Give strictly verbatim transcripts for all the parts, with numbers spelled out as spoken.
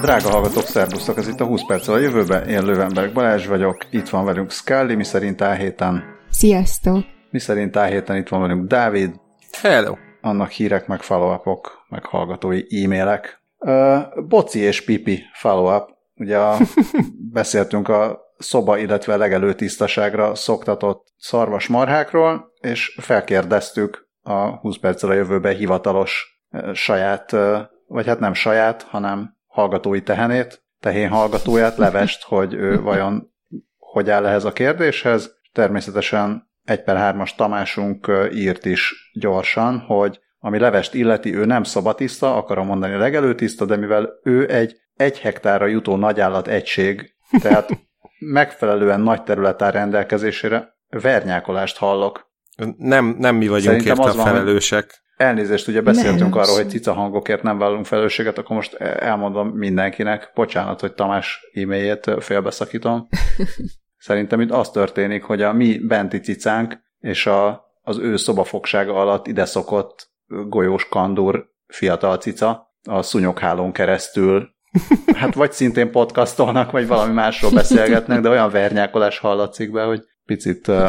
Drága hallgatók, szervusztok! Ez itt a húsz perccel a jövőbe. Én Löwenberg Balázs vagyok, itt van velünk Scully, mi szerint á héten. Sziasztok! Mi szerint á héten itt van velünk Dávid. Hello! Annak hírek, meg follow-upok, meg hallgatói e-mailek. Uh, Boci és Pipi follow-up. Ugye a, beszéltünk a szoba, illetve legelő tisztaságra szoktatott szarvasmarhákról, és felkérdeztük a húsz perccel a jövőbe hivatalos uh, saját, uh, vagy hát nem saját, hanem hallgatói tehenét, tehén hallgatóját, Levest, hogy ő vajon hogy áll ehhez a kérdéshez. Természetesen egy per hármas Tamásunk írt is gyorsan, hogy ami Levest illeti, ő nem szobatiszta, akarom mondani legelőtiszta, de mivel ő egy egy hektárra jutó nagyállat egység, tehát megfelelően nagy terület áll rendelkezésére, vernyákolást hallok. Nem, nem mi vagyunk Szerintem érte a felelősek. Elnézést, ugye beszéltünk nem. arról, hogy cica hangokért nem vállalunk felelősséget, akkor most elmondom mindenkinek, bocsánat, hogy Tamás e-mailjét félbeszakítom. Szerintem itt az történik, hogy a mi benti cicánk és a, az ő szobafogsága alatt ide szokott golyós kandur fiatal cica a szúnyoghálón keresztül, hát vagy szintén podcastolnak, vagy valami másról beszélgetnek, de olyan vernyákolás hallatszik be, hogy picit uh,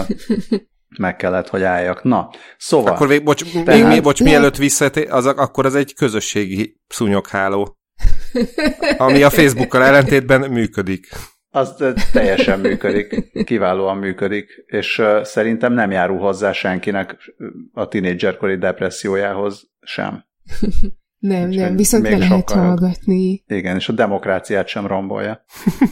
meg kellett, hogy álljak. Na, szóval... Akkor még, bocs, tehát, még, még, bocs mielőtt visszatér, az, akkor az egy közösségi szúnyogháló, ami a Facebookkal ellentétben működik. Az teljesen működik, kiválóan működik, és uh, szerintem nem járul hozzá senkinek a tínédzserkori depressziójához sem. Nem, Úgyhogy nem, viszont le lehet hallgatni. Igen, és a demokráciát sem rombolja.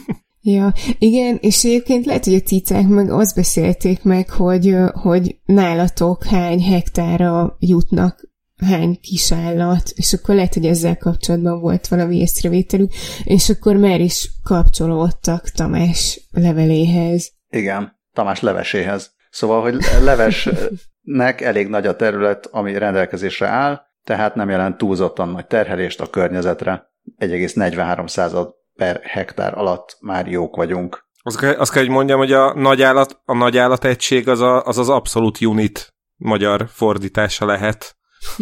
Ja, igen, és egyébként lehet, hogy a cicák meg azt beszélték meg, hogy, hogy nálatok hány hektárra jutnak hány kisállat, és akkor lehet, hogy ezzel kapcsolatban volt valami észrevételük, és akkor már is kapcsolódtak Tamás leveléhez. Igen, Tamás leveséhez. Szóval, hogy Levesnek elég nagy a terület, ami rendelkezésre áll, tehát nem jelent túlzottan nagy terhelést a környezetre. egy egész negyvenhárom század per hektár alatt már jók vagyunk. Azt kell, azt kell, hogy mondjam, hogy a nagyállat, a nagyállat egység az, a, az az abszolút unit magyar fordítása lehet.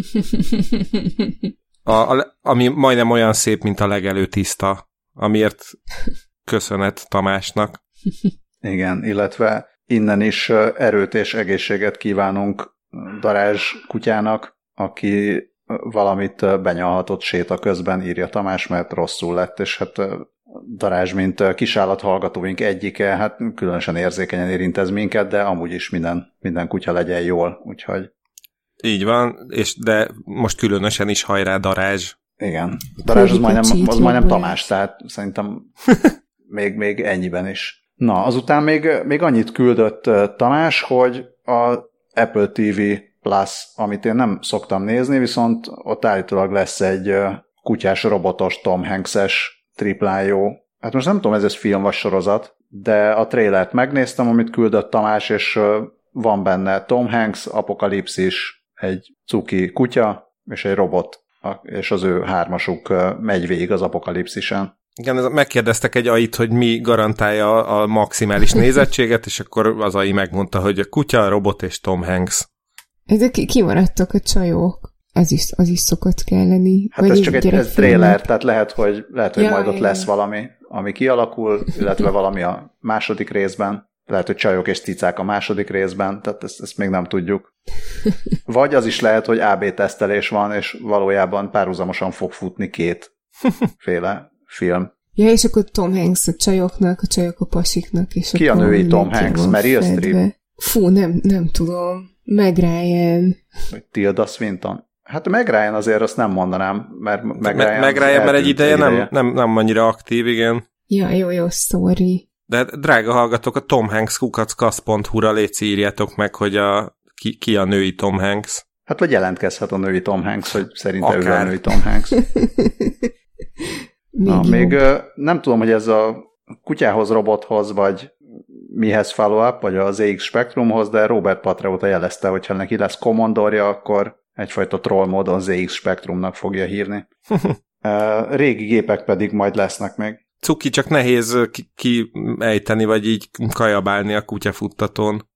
A, a, ami majdnem olyan szép, mint a legelő tiszta, amiért köszönet Tamásnak. Igen, illetve innen is erőt és egészséget kívánunk Darázs kutyának, aki valamit benyalhatott séta közben, írja Tamás, mert rosszul lett, és hát Darázs, mint kisállat hallgatóink egyike, hát különösen érzékenyen érint ez minket, de amúgy is minden, minden kutya legyen jól, úgyhogy... Így van, és de most különösen is hajrá Darázs. Igen, Darázs az majdnem, az majdnem Tamás, tehát szerintem még, még ennyiben is. Na, azután még, még annyit küldött Tamás, hogy a Apple té vé Plus, amit én nem szoktam nézni, viszont ott állítólag lesz egy kutyás robotos Tom Hanks-es triplájó. Hát most nem tudom, ez ez film vagy sorozat, de a trailert megnéztem, amit küldött Tamás, és van benne Tom Hanks, apokalipszis, egy cuki kutya, és egy robot, és az ő hármasuk megy végig az apokalipszisen. Igen, megkérdeztek egy ait, hogy mi garantálja a maximális nézettséget, és akkor az ai megmondta, hogy a kutya, a robot és Tom Hanks. De kimaradtak a csajok. Az is, az is szokott kelleni. Hát vagy ez csak egy ez trailer, tehát lehet, hogy, lehet, hogy ja, majd ott igen. lesz valami, ami kialakul, illetve valami a második részben. Lehet, hogy csajok és cicák a második részben, tehát ezt, ezt még nem tudjuk. Vagy az is lehet, hogy á bé tesztelés van, és valójában párhuzamosan fog futni két féle film. Ja, és akkor Tom Hanks a csajoknak, a csajok a pasiknak. És ki a női Tom Hanks? Meryl Streep? Fú, nem, nem tudom. Meg Ryan. Vagy Tilda Swinton? Hát Meg Ryan azért azt nem mondanám, mert Meg Ryan, Meg Ryan mert egy ideje, ideje. Nem, nem, nem annyira aktív, igen. Ja, jó, jó, sorry. De drága hallgatók, a Tom Hanks kukackasz pont hu-ra légy írjátok meg, hogy a, ki, ki a női Tom Hanks. Hát vagy jelentkezhet a női Tom Hanks, hogy szerinte ő a női Tom Hanks. Na, még nem tudom, hogy ez a kutyához, robothoz, vagy mihez follow-up, vagy az zé iksz Spectrumhoz, de Robert Patriota jelezte, hogy ha neki lesz Commodore-ja, akkor egyfajta troll módon zé iksz Spectrumnak fogja hívni. Régi gépek pedig majd lesznek még. Cuki, csak nehéz kiejteni, ki vagy így kajabálni a kutyafuttatón.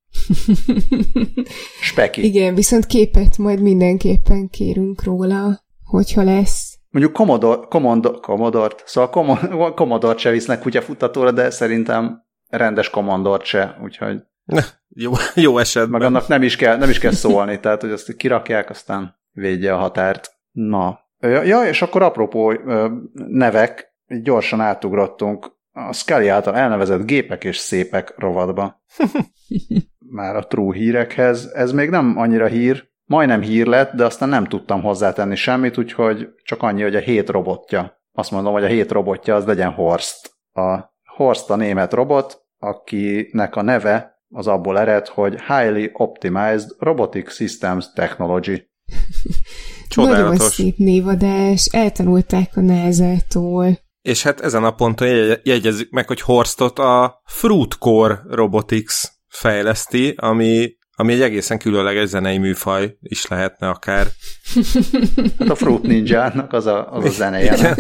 Speki. Igen, viszont képet majd mindenképpen kérünk róla, hogyha lesz. mondjuk Commodore, Commodore, Commodore-t, szóval Commodore-t se visznek kutyafuttatóra, de szerintem rendes Commodore-t se, úgyhogy jó, jó esetben. Meg annak nem is kell, nem is kell szólni, tehát hogy azt kirakják, aztán védje a határt. Na. Ja, és akkor apropó nevek, gyorsan átugrottunk a Scully által elnevezett gépek és szépek rovatba. Már a true hírekhez. Ez még nem annyira hír, majdnem hír lett, de aztán nem tudtam hozzátenni semmit, úgyhogy csak annyi, hogy a hét robotja. Azt mondom, hogy a hét robotja az legyen Horst. A Horst a német robot, akinek a neve az abból ered, hogy Highly Optimized Robotic Systems Technology. Csodálatos. Nagyon szép névadás, eltanulták a názától. És hát ezen a ponton jegyezzük meg, hogy Horstot a Fruitcore Robotics fejleszti, ami, ami egy egészen különleges zenei műfaj is lehetne akár. Hát a Fruit Ninja-nak az a, az a zeneje.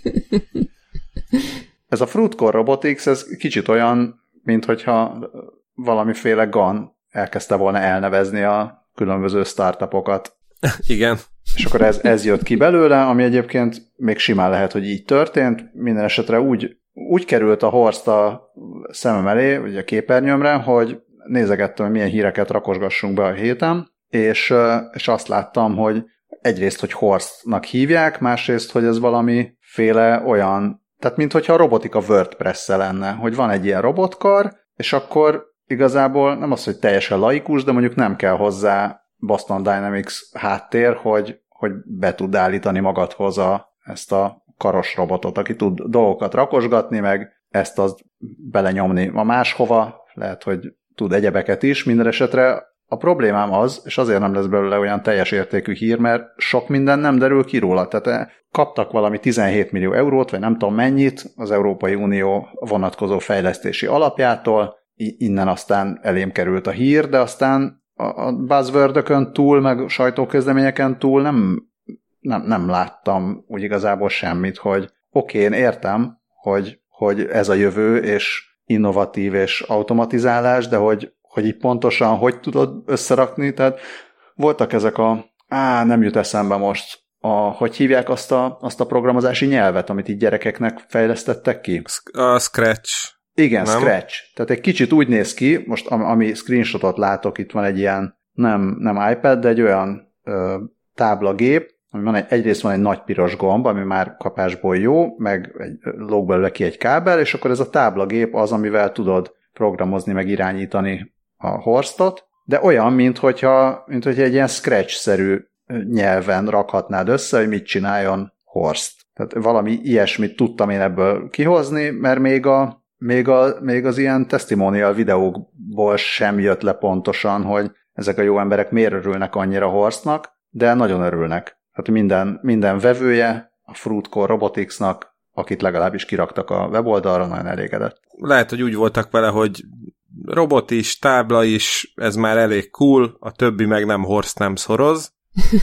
Ez a Fruitcore Robotics, ez kicsit olyan, mint hogyha valamiféle GAN elkezdte volna elnevezni a különböző startupokat. Igen. És akkor ez, ez jött ki belőle, ami egyébként még simán lehet, hogy így történt. Minden esetre úgy, úgy került a Horst a szemem elé, vagy a képernyőmre, hogy nézegettem, hogy milyen híreket rakosgassunk be a héten, és, és azt láttam, hogy egyrészt, hogy Horstnak hívják, másrészt, hogy ez valamiféle olyan, tehát minthogyha a robotika WordPress-e lenne, hogy van egy ilyen robotkar, és akkor igazából nem az, hogy teljesen laikus, de mondjuk nem kell hozzá Boston Dynamics háttér, hogy, hogy be tud állítani magadhoz a, ezt a karos robotot, aki tud dolgokat rakosgatni, meg ezt az belenyomni a máshova, lehet, hogy tud egyebeket is, minden esetre a problémám az, és azért nem lesz belőle olyan teljes értékű hír, mert sok minden nem derül ki róla, tehát kaptak valami tizenhét millió eurót, vagy nem tudom mennyit az Európai Unió vonatkozó fejlesztési alapjától, innen aztán elém került a hír, de aztán a buzzwordökön túl, meg sajtóközleményeken túl nem, nem, nem láttam úgy igazából semmit, hogy oké, én értem, hogy, hogy ez a jövő, és innovatív, és automatizálás, de hogy, hogy így pontosan hogy tudod összerakni, tehát voltak ezek a, á, nem jut eszembe most, a, hogy hívják azt a, azt a programozási nyelvet, amit így gyerekeknek fejlesztettek ki? A Scratch. Igen, nem? Scratch. Tehát egy kicsit úgy néz ki, most ami screenshotot látok, itt van egy ilyen, nem, nem iPad, de egy olyan ö, táblagép, ami van egy, egyrészt van egy nagy piros gomb, ami már kapásból jó, meg egy, lóg belőle ki egy kábel, és akkor ez a táblagép az, amivel tudod programozni, meg irányítani a Horstot, de olyan, mint hogyha, mint hogyha egy ilyen Scratch-szerű nyelven rakhatnád össze, hogy mit csináljon Horst. Tehát valami ilyesmit tudtam én ebből kihozni, mert még a Még, a, még az ilyen testimonial videókból sem jött le pontosan, hogy ezek a jó emberek miért örülnek annyira Horstnak, de nagyon örülnek. Hát minden, minden vevője a Fruitcore Roboticsnak, akit legalábbis kiraktak a weboldalra, nagyon elégedett. Lehet, hogy úgy voltak vele, hogy robot is, tábla is, ez már elég cool, a többi meg nem Horst, nem szoroz.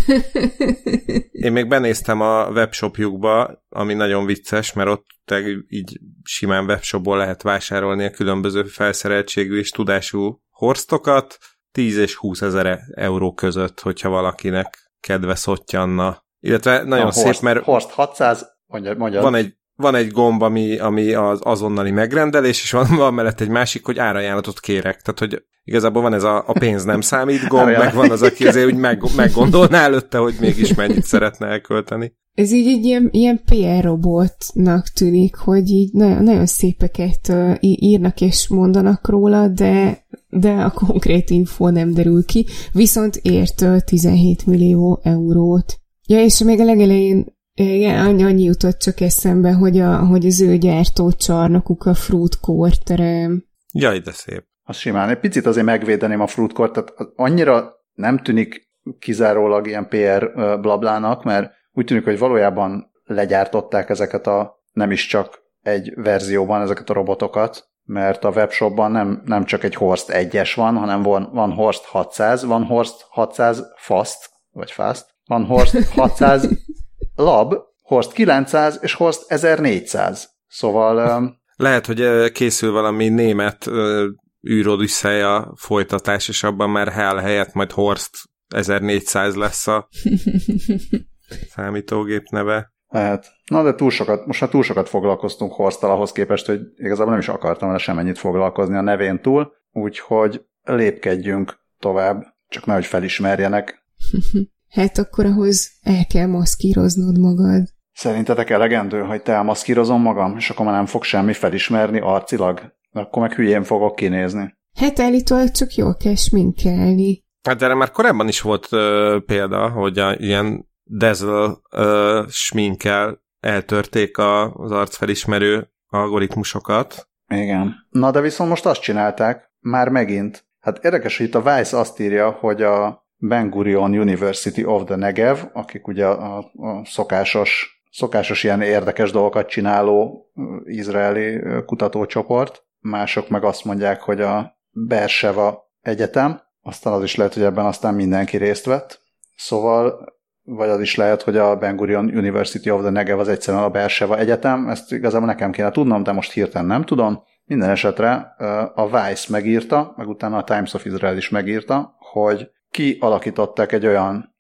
Én még benéztem a webshopjukba, ami nagyon vicces, mert ott így simán webshopból lehet vásárolni a különböző felszereltségű és tudású Horstokat, tíz és húsz ezer euró között, hogyha valakinek kedve szottyanna. Illetve nagyon a szép, Horst, mert Horst hatszáz, mondja, mondja. Van egy Van egy gomb, ami, ami az azonnali megrendelés, és van, van mellett egy másik, hogy árajánlatot kérek. Tehát, hogy igazából van ez a, a pénz nem számít gomb, meg van az, aki azért úgy meg, meggondolná előtte, hogy mégis mennyit szeretne elkölteni. Ez így egy ilyen, ilyen pé er robotnak tűnik, hogy így nagyon, nagyon szépeket uh, írnak és mondanak róla, de, de a konkrét info nem derül ki, viszont ért uh, tizenhét millió eurót. Ja, és még a legelején igen, annyi, annyi jutott csak eszembe, hogy, a, hogy az ő gyártócsarnokuk a Fruitcore terem. Jaj, de szép. Az simán. Egy picit azért megvédeném a Fruitcore, tehát annyira nem tűnik kizárólag ilyen pé er blablának, mert úgy tűnik, hogy valójában legyártották ezeket a, nem is csak egy verzióban ezeket a robotokat, mert a webshopban nem, nem csak egy Horst egyes van, hanem van, van Horst hatszáz, van Horst hatszáz Fast, vagy Fast, van Horst hatszáz Lab, Horst kilencszáz és Horst ezernégyszáz. Szóval... Um, lehet, hogy készül valami német uh, űrodüsszeja folytatás, és abban már Hell helyett majd Horst ezernégyszáz lesz a számítógép neve. Lehet. Na, de túl sokat, most már túl sokat foglalkoztunk Horsztal ahhoz képest, hogy igazából nem is akartam vele semennyit foglalkozni a nevén túl, úgyhogy lépkedjünk tovább, csak nehogy felismerjenek. Hát akkor ahhoz el kell maszkíroznod magad. Szerintetek elegendő, hogy te elmaszkírozom magam, és akkor már nem fog semmi felismerni arcilag? Akkor meg hülyén fogok kinézni. Hát állítólag csak jól kell sminkelni. Hát erre már korábban is volt uh, példa, hogy a, ilyen dazzle uh, sminkkel eltörték a, az arcfelismerő algoritmusokat. Igen. Na de viszont most azt csinálták, már megint. Hát érdekes, hogy itt a Vice azt írja, hogy a Ben Gurion University of the Negev, akik ugye a, a szokásos, szokásos ilyen érdekes dolgokat csináló izraeli kutatócsoport, mások meg azt mondják, hogy a Beersheva Egyetem, aztán az is lehet, hogy ebben aztán mindenki részt vett. Szóval, vagy az is lehet, hogy a Ben Gurion University of the Negev az egyszerűen a Beersheva Egyetem, ezt igazából nekem kéne tudnom, de most hirtelen nem tudom. Minden esetre a Vice megírta, meg utána a Times of Israel is megírta, hogy kialakították egy olyan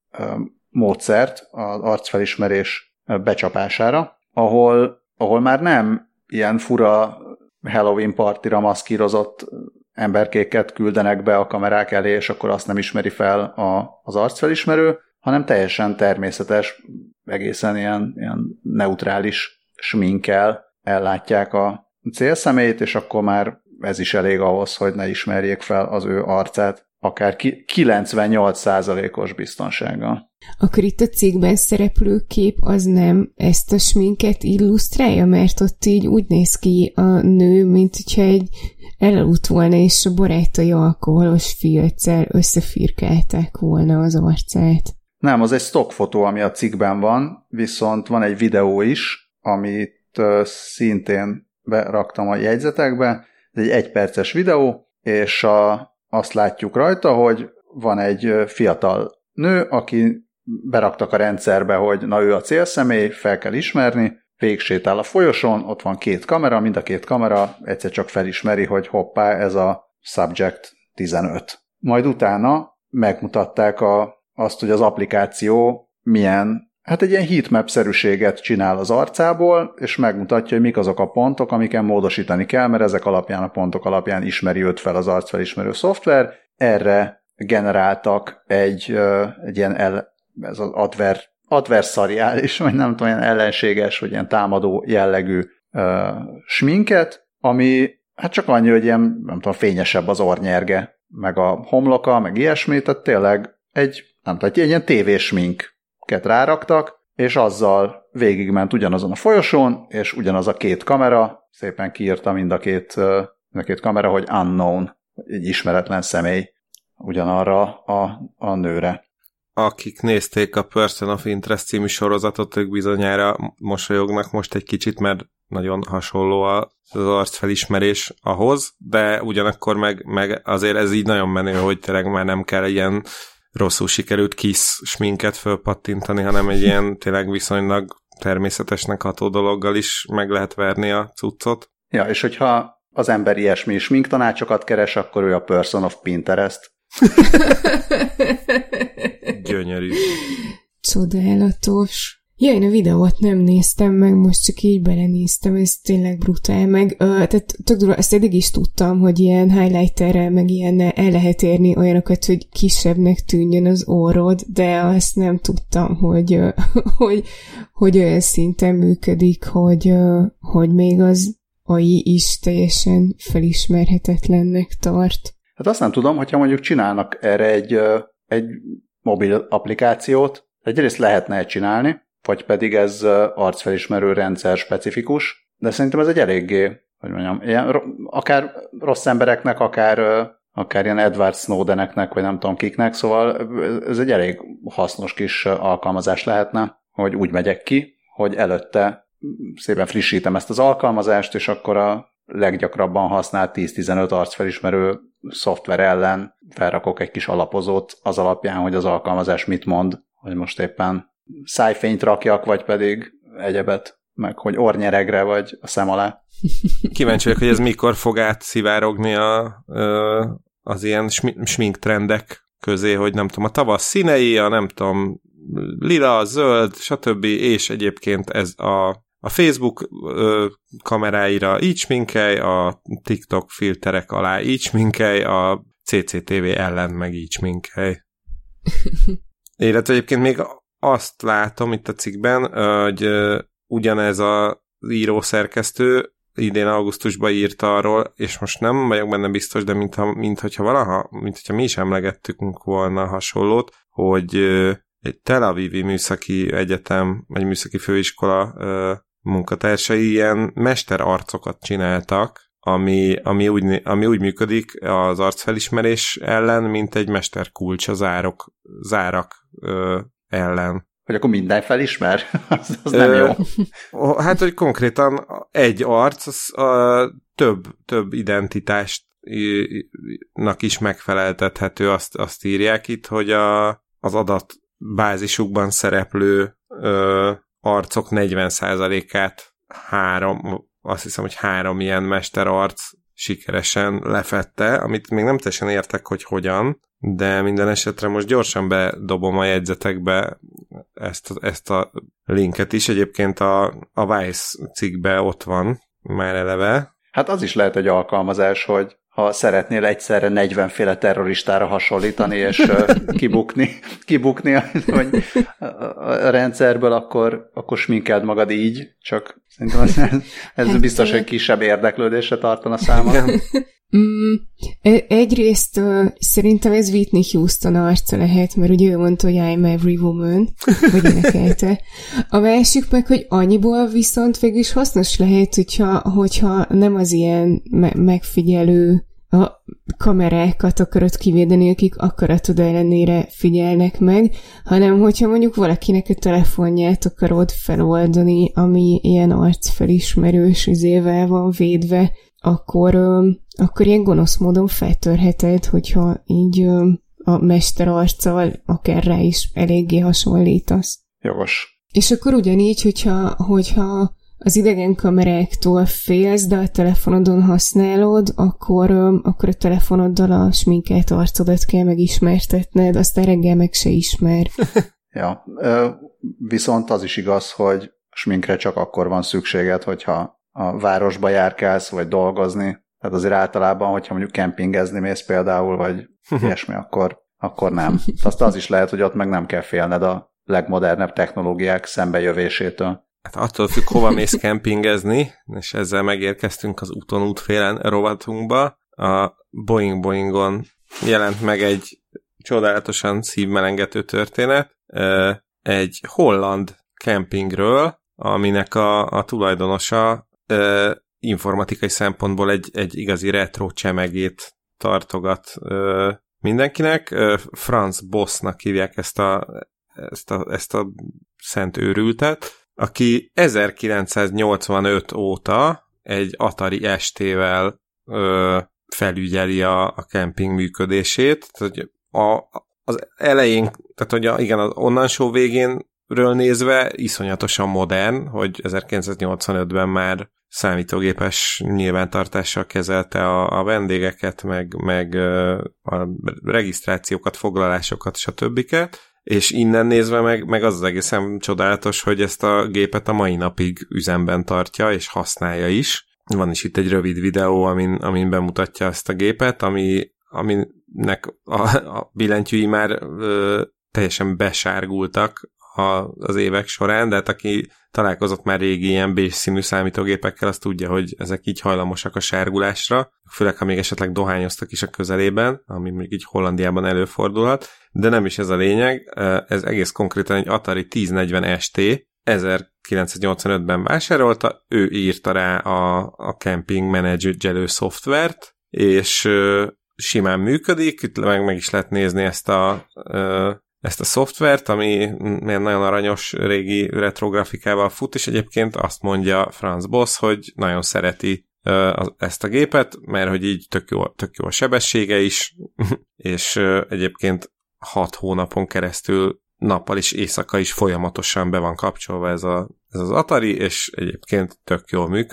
módszert az arcfelismerés becsapására, ahol, ahol már nem ilyen fura Halloween partira maszkírozott emberkéket küldenek be a kamerák elé, és akkor azt nem ismeri fel a, az arcfelismerő, hanem teljesen természetes, egészen ilyen, ilyen neutrális sminkkel ellátják a célszemélyt, és akkor már ez is elég ahhoz, hogy ne ismerjék fel az ő arcát, akár kilencvennyolc százalékos biztonsággal. Akkor itt a cikkben szereplő kép az nem ezt a sminket illusztrálja, mert ott így úgy néz ki a nő, mint hogyha egy elaludt volna, és a barátai alkoholos filccel összefirkálták volna az arcát. Nem, az egy stockfotó, ami a cikkben van, viszont van egy videó is, amit uh, szintén beraktam a jegyzetekbe. Ez egy egyperces videó, és a, azt látjuk rajta, hogy van egy fiatal nő, aki beraktak a rendszerbe, hogy na ő a célszemély, fel kell ismerni, végsétál a folyosón, ott van két kamera, mind a két kamera egyszer csak felismeri, hogy hoppá, ez a subject tizenöt. Majd utána megmutatták a, azt, hogy az applikáció milyen, hát egy ilyen heatmap-szerűséget csinál az arcából, és megmutatja, hogy mik azok a pontok, amiken módosítani kell, mert ezek alapján, a pontok alapján ismeri őt fel az arcfelismerő szoftver. Erre generáltak egy, egy ilyen el, ez az adver, adversariális, vagy nem tudom, ilyen ellenséges, vagy ilyen támadó jellegű uh, sminket, ami hát csak annyi, hogy ilyen, nem tudom, fényesebb az orrnyerge, meg a homloka, meg ilyesmi, tehát tényleg egy, nem tudom, egy ilyen tévésminket ráraktak, és azzal végigment ugyanazon a folyosón, és ugyanaz a két kamera, szépen kiírta mind a két, uh, mind a két kamera, hogy unknown, egy ismeretlen személy ugyanarra a, a nőre. Akik nézték a Person of Interest című sorozatot, ők bizonyára mosolyognak most egy kicsit, mert nagyon hasonló az arcfelismerés ahhoz, de ugyanakkor meg, meg azért ez így nagyon menő, hogy tényleg már nem kell ilyen rosszul sikerült Kiss sminket fölpattintani, hanem egy ilyen tényleg viszonylag természetesnek ható dologgal is meg lehet verni a cuccot. Ja, és hogyha az ember ilyesmi sminktanácsokat keres, akkor ő a Person of Pinterest. Gyönyörű. Csodálatos. Ja, én a videót nem néztem meg, most csak így belenéztem, ez tényleg brutál, meg ö, tehát tök durva, ezt eddig is tudtam, hogy ilyen highlighterrel, meg ilyen el lehet érni olyanokat, hogy kisebbnek tűnjön az orrod, de azt nem tudtam, hogy, ö, hogy, hogy olyan szinten működik, hogy, ö, hogy még az á i is teljesen felismerhetetlennek tart. Hát azt nem tudom, hogyha mondjuk csinálnak erre egy, egy mobil applikációt, egyrészt lehetne csinálni, vagy pedig ez arcfelismerő rendszer specifikus, de szerintem ez egy eléggé, hogy mondjam, ilyen, akár rossz embereknek, akár, akár ilyen Edward Snowdeneknek, vagy nem tudom kiknek, szóval ez egy elég hasznos kis alkalmazás lehetne, hogy úgy megyek ki, hogy előtte szépen frissítem ezt az alkalmazást, és akkor a leggyakrabban használt tíz-tizenöt arcfelismerő szoftver ellen felrakok egy kis alapozót az alapján, hogy az alkalmazás mit mond, hogy most éppen szájfényt rakjak, vagy pedig egyebet, meg hogy orrnyeregre, vagy a szem alá. Kíváncsi vagyok, hogy ez mikor fog átszivárogni a, az ilyen smink trendek közé, hogy nem tudom, a tavasz színei, a nem tudom, lila, zöld, stb. És egyébként ez a, a Facebook ö, kameráira így sminkelj, a TikTok filterek alá így sminkelj, a cé cé té vé ellen meg így sminkelj. Illetve egyébként még azt látom itt a cikkben, hogy ugyanez az író-szerkesztő idén augusztusban írta arról, és most nem vagyok benne biztos, de mintha, mint hogyha valaha, mint hogyha mi is emlegettünk volna hasonlót, hogy egy Tel Avivi műszaki egyetem, vagy műszaki főiskola munkatársai ilyen mesterarcokat csináltak, ami, ami, úgy, ami úgy működik az arcfelismerés ellen, mint egy mesterkulcs az árok, zárak ö, ellen. Hogy akkor minden felismer? az, az nem jó. Hát, hogy konkrétan egy arc az, a, több, több identitásnak is megfeleltethető, azt, azt írják itt, hogy a, az adatbázisukban szereplő ö, arcok negyven százalékát három, azt hiszem, hogy három ilyen mesterarc sikeresen lefette, amit még nem teljesen értek, hogy hogyan, de minden esetre most gyorsan bedobom a jegyzetekbe ezt, ezt a linket is. Egyébként a, a Vice cikkbe ott van már eleve. Hát az is lehet egy alkalmazás, hogy ha szeretnél egyszerre negyvenféle terroristára hasonlítani, és kibukni, kibukni hogy a rendszerből, akkor, akkor sminkeld magad így, csak szerintem ez, ez hát, biztos, hogy kisebb érdeklődésre tartana számon. Mm, egyrészt uh, szerintem ez Whitney Houston arca lehet, mert ugye ő mondta, hogy I'm every woman, vagy énekelte. A másik meg, hogy annyiból viszont végül is hasznos lehet, hogyha, hogyha nem az ilyen me- megfigyelő a kamerákat akarod kivédeni, akik akaratod ellenére figyelnek meg, hanem hogyha mondjuk valakinek a telefonját akarod feloldani, ami ilyen arcfelismerős izével van védve, akkor, akkor ilyen gonosz módon feltörheted, hogyha így a mesterarccal akár rá is eléggé hasonlítasz. Jogos. És akkor ugyanígy, hogyha, hogyha az idegen kameráktól félsz, de a telefonodon használod, akkor, akkor a telefonoddal a sminkelt arcodat kell megismertetned, aztán reggel meg se ismer. Ja, viszont az is igaz, hogy sminkre csak akkor van szükséged, hogyha a városba járkálsz, vagy dolgozni. Tehát azért általában, hogyha mondjuk kempingezni mész például, vagy ilyesmi, akkor, akkor nem. Azt az is lehet, hogy ott meg nem kell félned a legmodernebb technológiák szembejövésétől. Hát attól függ, hova mész kempingezni, és ezzel megérkeztünk az úton útfélen rovatunkba. A Boing Boingon jelent meg egy csodálatosan szívmelengető történet. Egy holland kempingről, aminek a, a tulajdonosa Uh, informatikai szempontból egy, egy igazi retro csemegét tartogat uh, mindenkinek. Uh, Franz Bossnak hívják ezt a, ezt, a, ezt a szent őrültet, aki ezerkilencszáznyolcvanöt óta egy Atari es té-vel uh, felügyeli a, a kemping működését. Tehát, a, az elején, tehát hogy a, igen, az onnantól végénről nézve iszonyatosan modern, hogy ezerkilencszáznyolcvanötben már számítógépes nyilvántartással kezelte a, a vendégeket, meg, meg a regisztrációkat, foglalásokat, stb. És innen nézve meg, meg az az egészen csodálatos, hogy ezt a gépet a mai napig üzemben tartja, és használja is. Van is itt egy rövid videó, amin, amin bemutatja ezt a gépet, ami, aminek a, a billentyűi már ö, teljesen besárgultak a, az évek során, de hát aki találkozott már régi ilyen beige színű számítógépekkel, azt tudja, hogy ezek így hajlamosak a sárgulásra, főleg ha még esetleg dohányoztak is a közelében, ami még így Hollandiában előfordulhat, de nem is ez a lényeg, ez egész konkrétan egy Atari tíznegyven es té, ezerkilencszáznyolcvanötben vásárolta, ő írta rá a, a Camping Manager szoftvert, és simán működik, itt meg, meg is lehet nézni ezt a ezt a szoftvert, ami nagyon aranyos régi retro grafikával fut, és egyébként azt mondja Franz Boss, hogy nagyon szereti uh, ezt a gépet, mert hogy így tök jó, tök jó a sebessége is, és uh, egyébként hat hónapon keresztül nappal és éjszaka is folyamatosan be van kapcsolva ez, a, ez az Atari, és egyébként tök jól működik.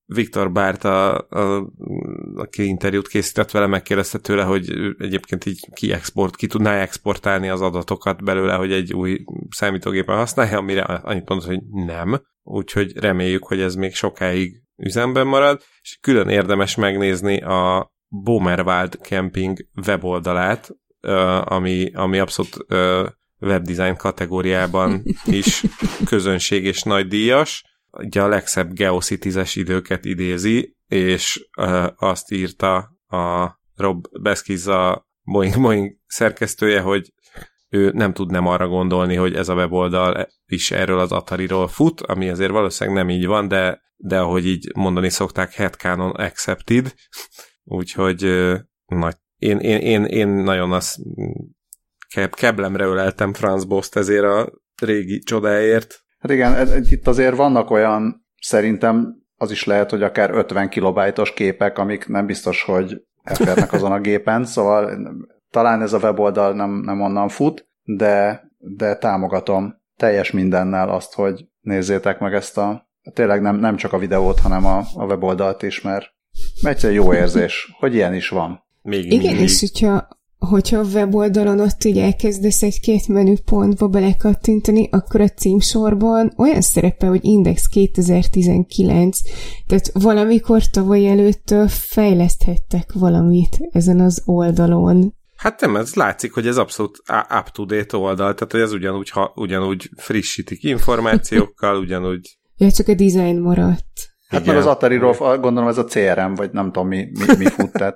Viktor Bárt, a, a, aki interjút készített vele, megkérdezte tőle, hogy egyébként így ki, export, ki tudná exportálni az adatokat belőle, hogy egy új számítógépen használja, amire annyit mondott, hogy nem. Úgyhogy reméljük, hogy ez még sokáig üzemben marad, és külön érdemes megnézni a Bomerwald Camping weboldalát, ami, ami abszolút webdesign kategóriában is közönség és nagy díjas. Ugye a legszebb Geocities-es időket idézi, és azt írta a Rob Beskiz, a Boeing, Boeing szerkesztője, hogy ő nem tud nem arra gondolni, hogy ez a weboldal is erről az Atariról fut, ami azért valószínűleg nem így van, de, de ahogy így mondani szokták, headcanon accepted, úgyhogy nagy. Én, én, én, én nagyon azt keblemre öleltem Franz Bost ezért a régi csodáért. Hát igen, itt azért vannak olyan, szerintem az is lehet, hogy akár ötven kilobájtos képek, amik nem biztos, hogy elférnek azon a gépen, szóval talán ez a weboldal nem, nem onnan fut, de, de támogatom teljes mindennel azt, hogy nézzétek meg ezt a, tényleg nem, nem csak a videót, hanem a, a weboldalt is, mert egyszerűen jó érzés, hogy ilyen is van. Még igen, mindig. És hogyha, hogyha a weboldalon ott így elkezdesz egy-két menüpontba belekattintani, akkor a címsorban olyan szerepel, hogy Index kétezer-tizenkilenc, tehát valamikor tavaly előttől fejleszthettek valamit ezen az oldalon. Hát nem, ez látszik, hogy ez abszolút up-to-date oldal, tehát hogy ez ugyanúgy, ha, ugyanúgy frissítik információkkal, ugyanúgy... Ja, csak a design maradt. Hát igen. Mert az Atariról gondolom ez a cé er em, vagy nem tudom mi, mi, mi fut, tehát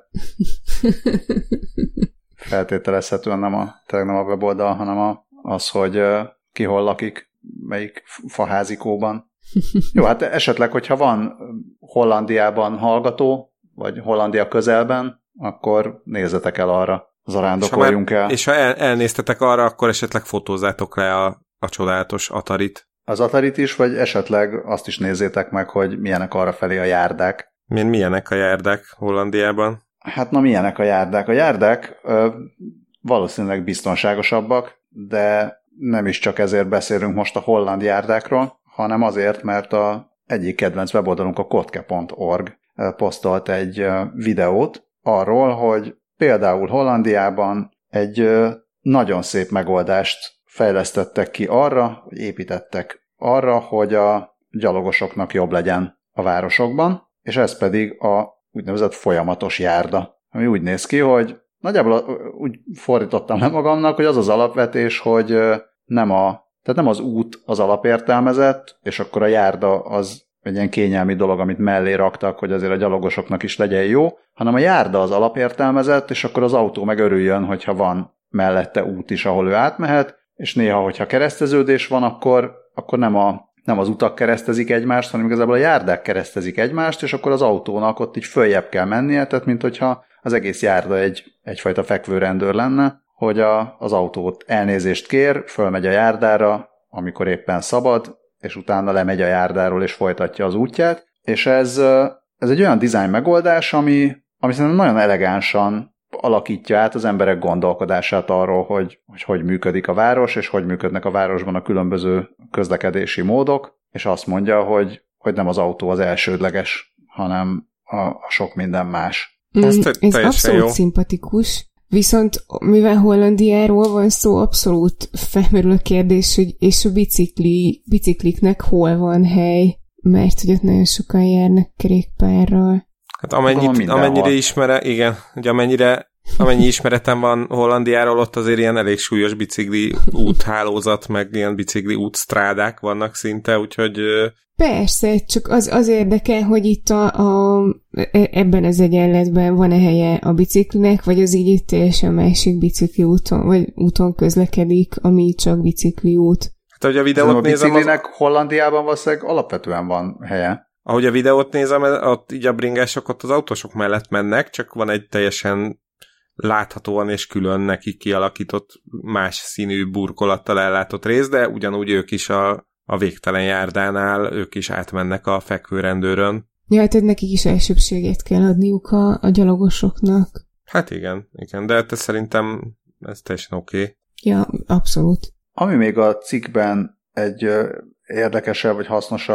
feltételezhetően nem a, nem a weboldal, hanem a, az, hogy uh, ki hol lakik, melyik faházikóban. Jó, hát esetleg, hogyha van Hollandiában hallgató, vagy Hollandia közelben, akkor nézzetek el arra, zarándokoljunk el. És ha el, elnéztetek arra, akkor esetleg fotózzátok le a, a csodálatos Atarit. Az Atarit is, vagy esetleg azt is nézzétek meg, hogy milyenek arra felé a járdák. Milyen, milyenek a járdák Hollandiában? Hát na, milyenek a járdák? A járdák ö, valószínűleg biztonságosabbak, de nem is csak ezért beszélünk most a holland járdákról, hanem azért, mert a egyik kedvenc weboldalunk, a kotke pont org posztolt egy videót arról, hogy például Hollandiában egy nagyon szép megoldást fejlesztettek ki arra, hogy építettek arra, hogy a gyalogosoknak jobb legyen a városokban, és ez pedig a úgynevezett folyamatos járda, ami úgy néz ki, hogy nagyjából úgy fordítottam le magamnak, hogy az az alapvetés, hogy nem, a, tehát nem az út az alapértelmezett, és akkor a járda az egy ilyen kényelmi dolog, amit mellé raktak, hogy azért a gyalogosoknak is legyen jó, hanem a járda az alapértelmezett, és akkor az autó meg örüljön, hogyha van mellette út is, ahol ő átmehet, és néha, hogyha kereszteződés van, akkor, akkor nem, a, nem az utak keresztezik egymást, hanem igazából a járdák keresztezik egymást, és akkor az autónak ott így följebb kell mennie, tehát mint hogyha az egész járda egy, egyfajta fekvőrendőr lenne, hogy a, az autót elnézést kér, fölmegy a járdára, amikor éppen szabad, és utána lemegy a járdáról, és folytatja az útját, és ez, ez egy olyan design megoldás, ami, ami szerintem nagyon elegánsan alakítja át az emberek gondolkodását arról, hogy, hogy hogy működik a város, és hogy működnek a városban a különböző közlekedési módok, és azt mondja, hogy, hogy nem az autó az elsődleges, hanem a, a sok minden más. Mm, ez abszolút jó. Szimpatikus. Viszont mivel Hollandiáról van szó, abszolút felmerül a kérdés, hogy és a bicikli, bicikliknek hol van hely, mert hogy ott nagyon sokan járnak kerékpárral. Hát amennyit, amennyire ismere, igen, ugye amennyire, amennyi ismeretem van Hollandiáról, ott azért ilyen elég súlyos bicikli úthálózat, meg ilyen bicikli útstrádák vannak szinte, úgyhogy... Persze, csak az, az érdekel, hogy itt a, a, ebben az egyenletben van-e helye a biciklinek, vagy az így itt teljesen másik bicikli úton, vagy úton közlekedik, ami csak bicikli út. Hát, hogy a videót a nézem... A biciklinek az... Hollandiában valószínűleg alapvetően van helye. Ahogy a videót nézem, ott így a bringások ott az autósok mellett mennek, csak van egy teljesen láthatóan és külön neki kialakított más színű burkolattal ellátott rész, de ugyanúgy ők is a a végtelen járdánál, ők is átmennek a fekvőrendőrön. Ja, tehát nekik is elsőbséget kell adniuk a, a gyalogosoknak. Hát igen, igen, de ez szerintem ez teljesen oké. Okay. Ja, abszolút. Ami még a cikkben egy érdekesebb vagy hasznosabb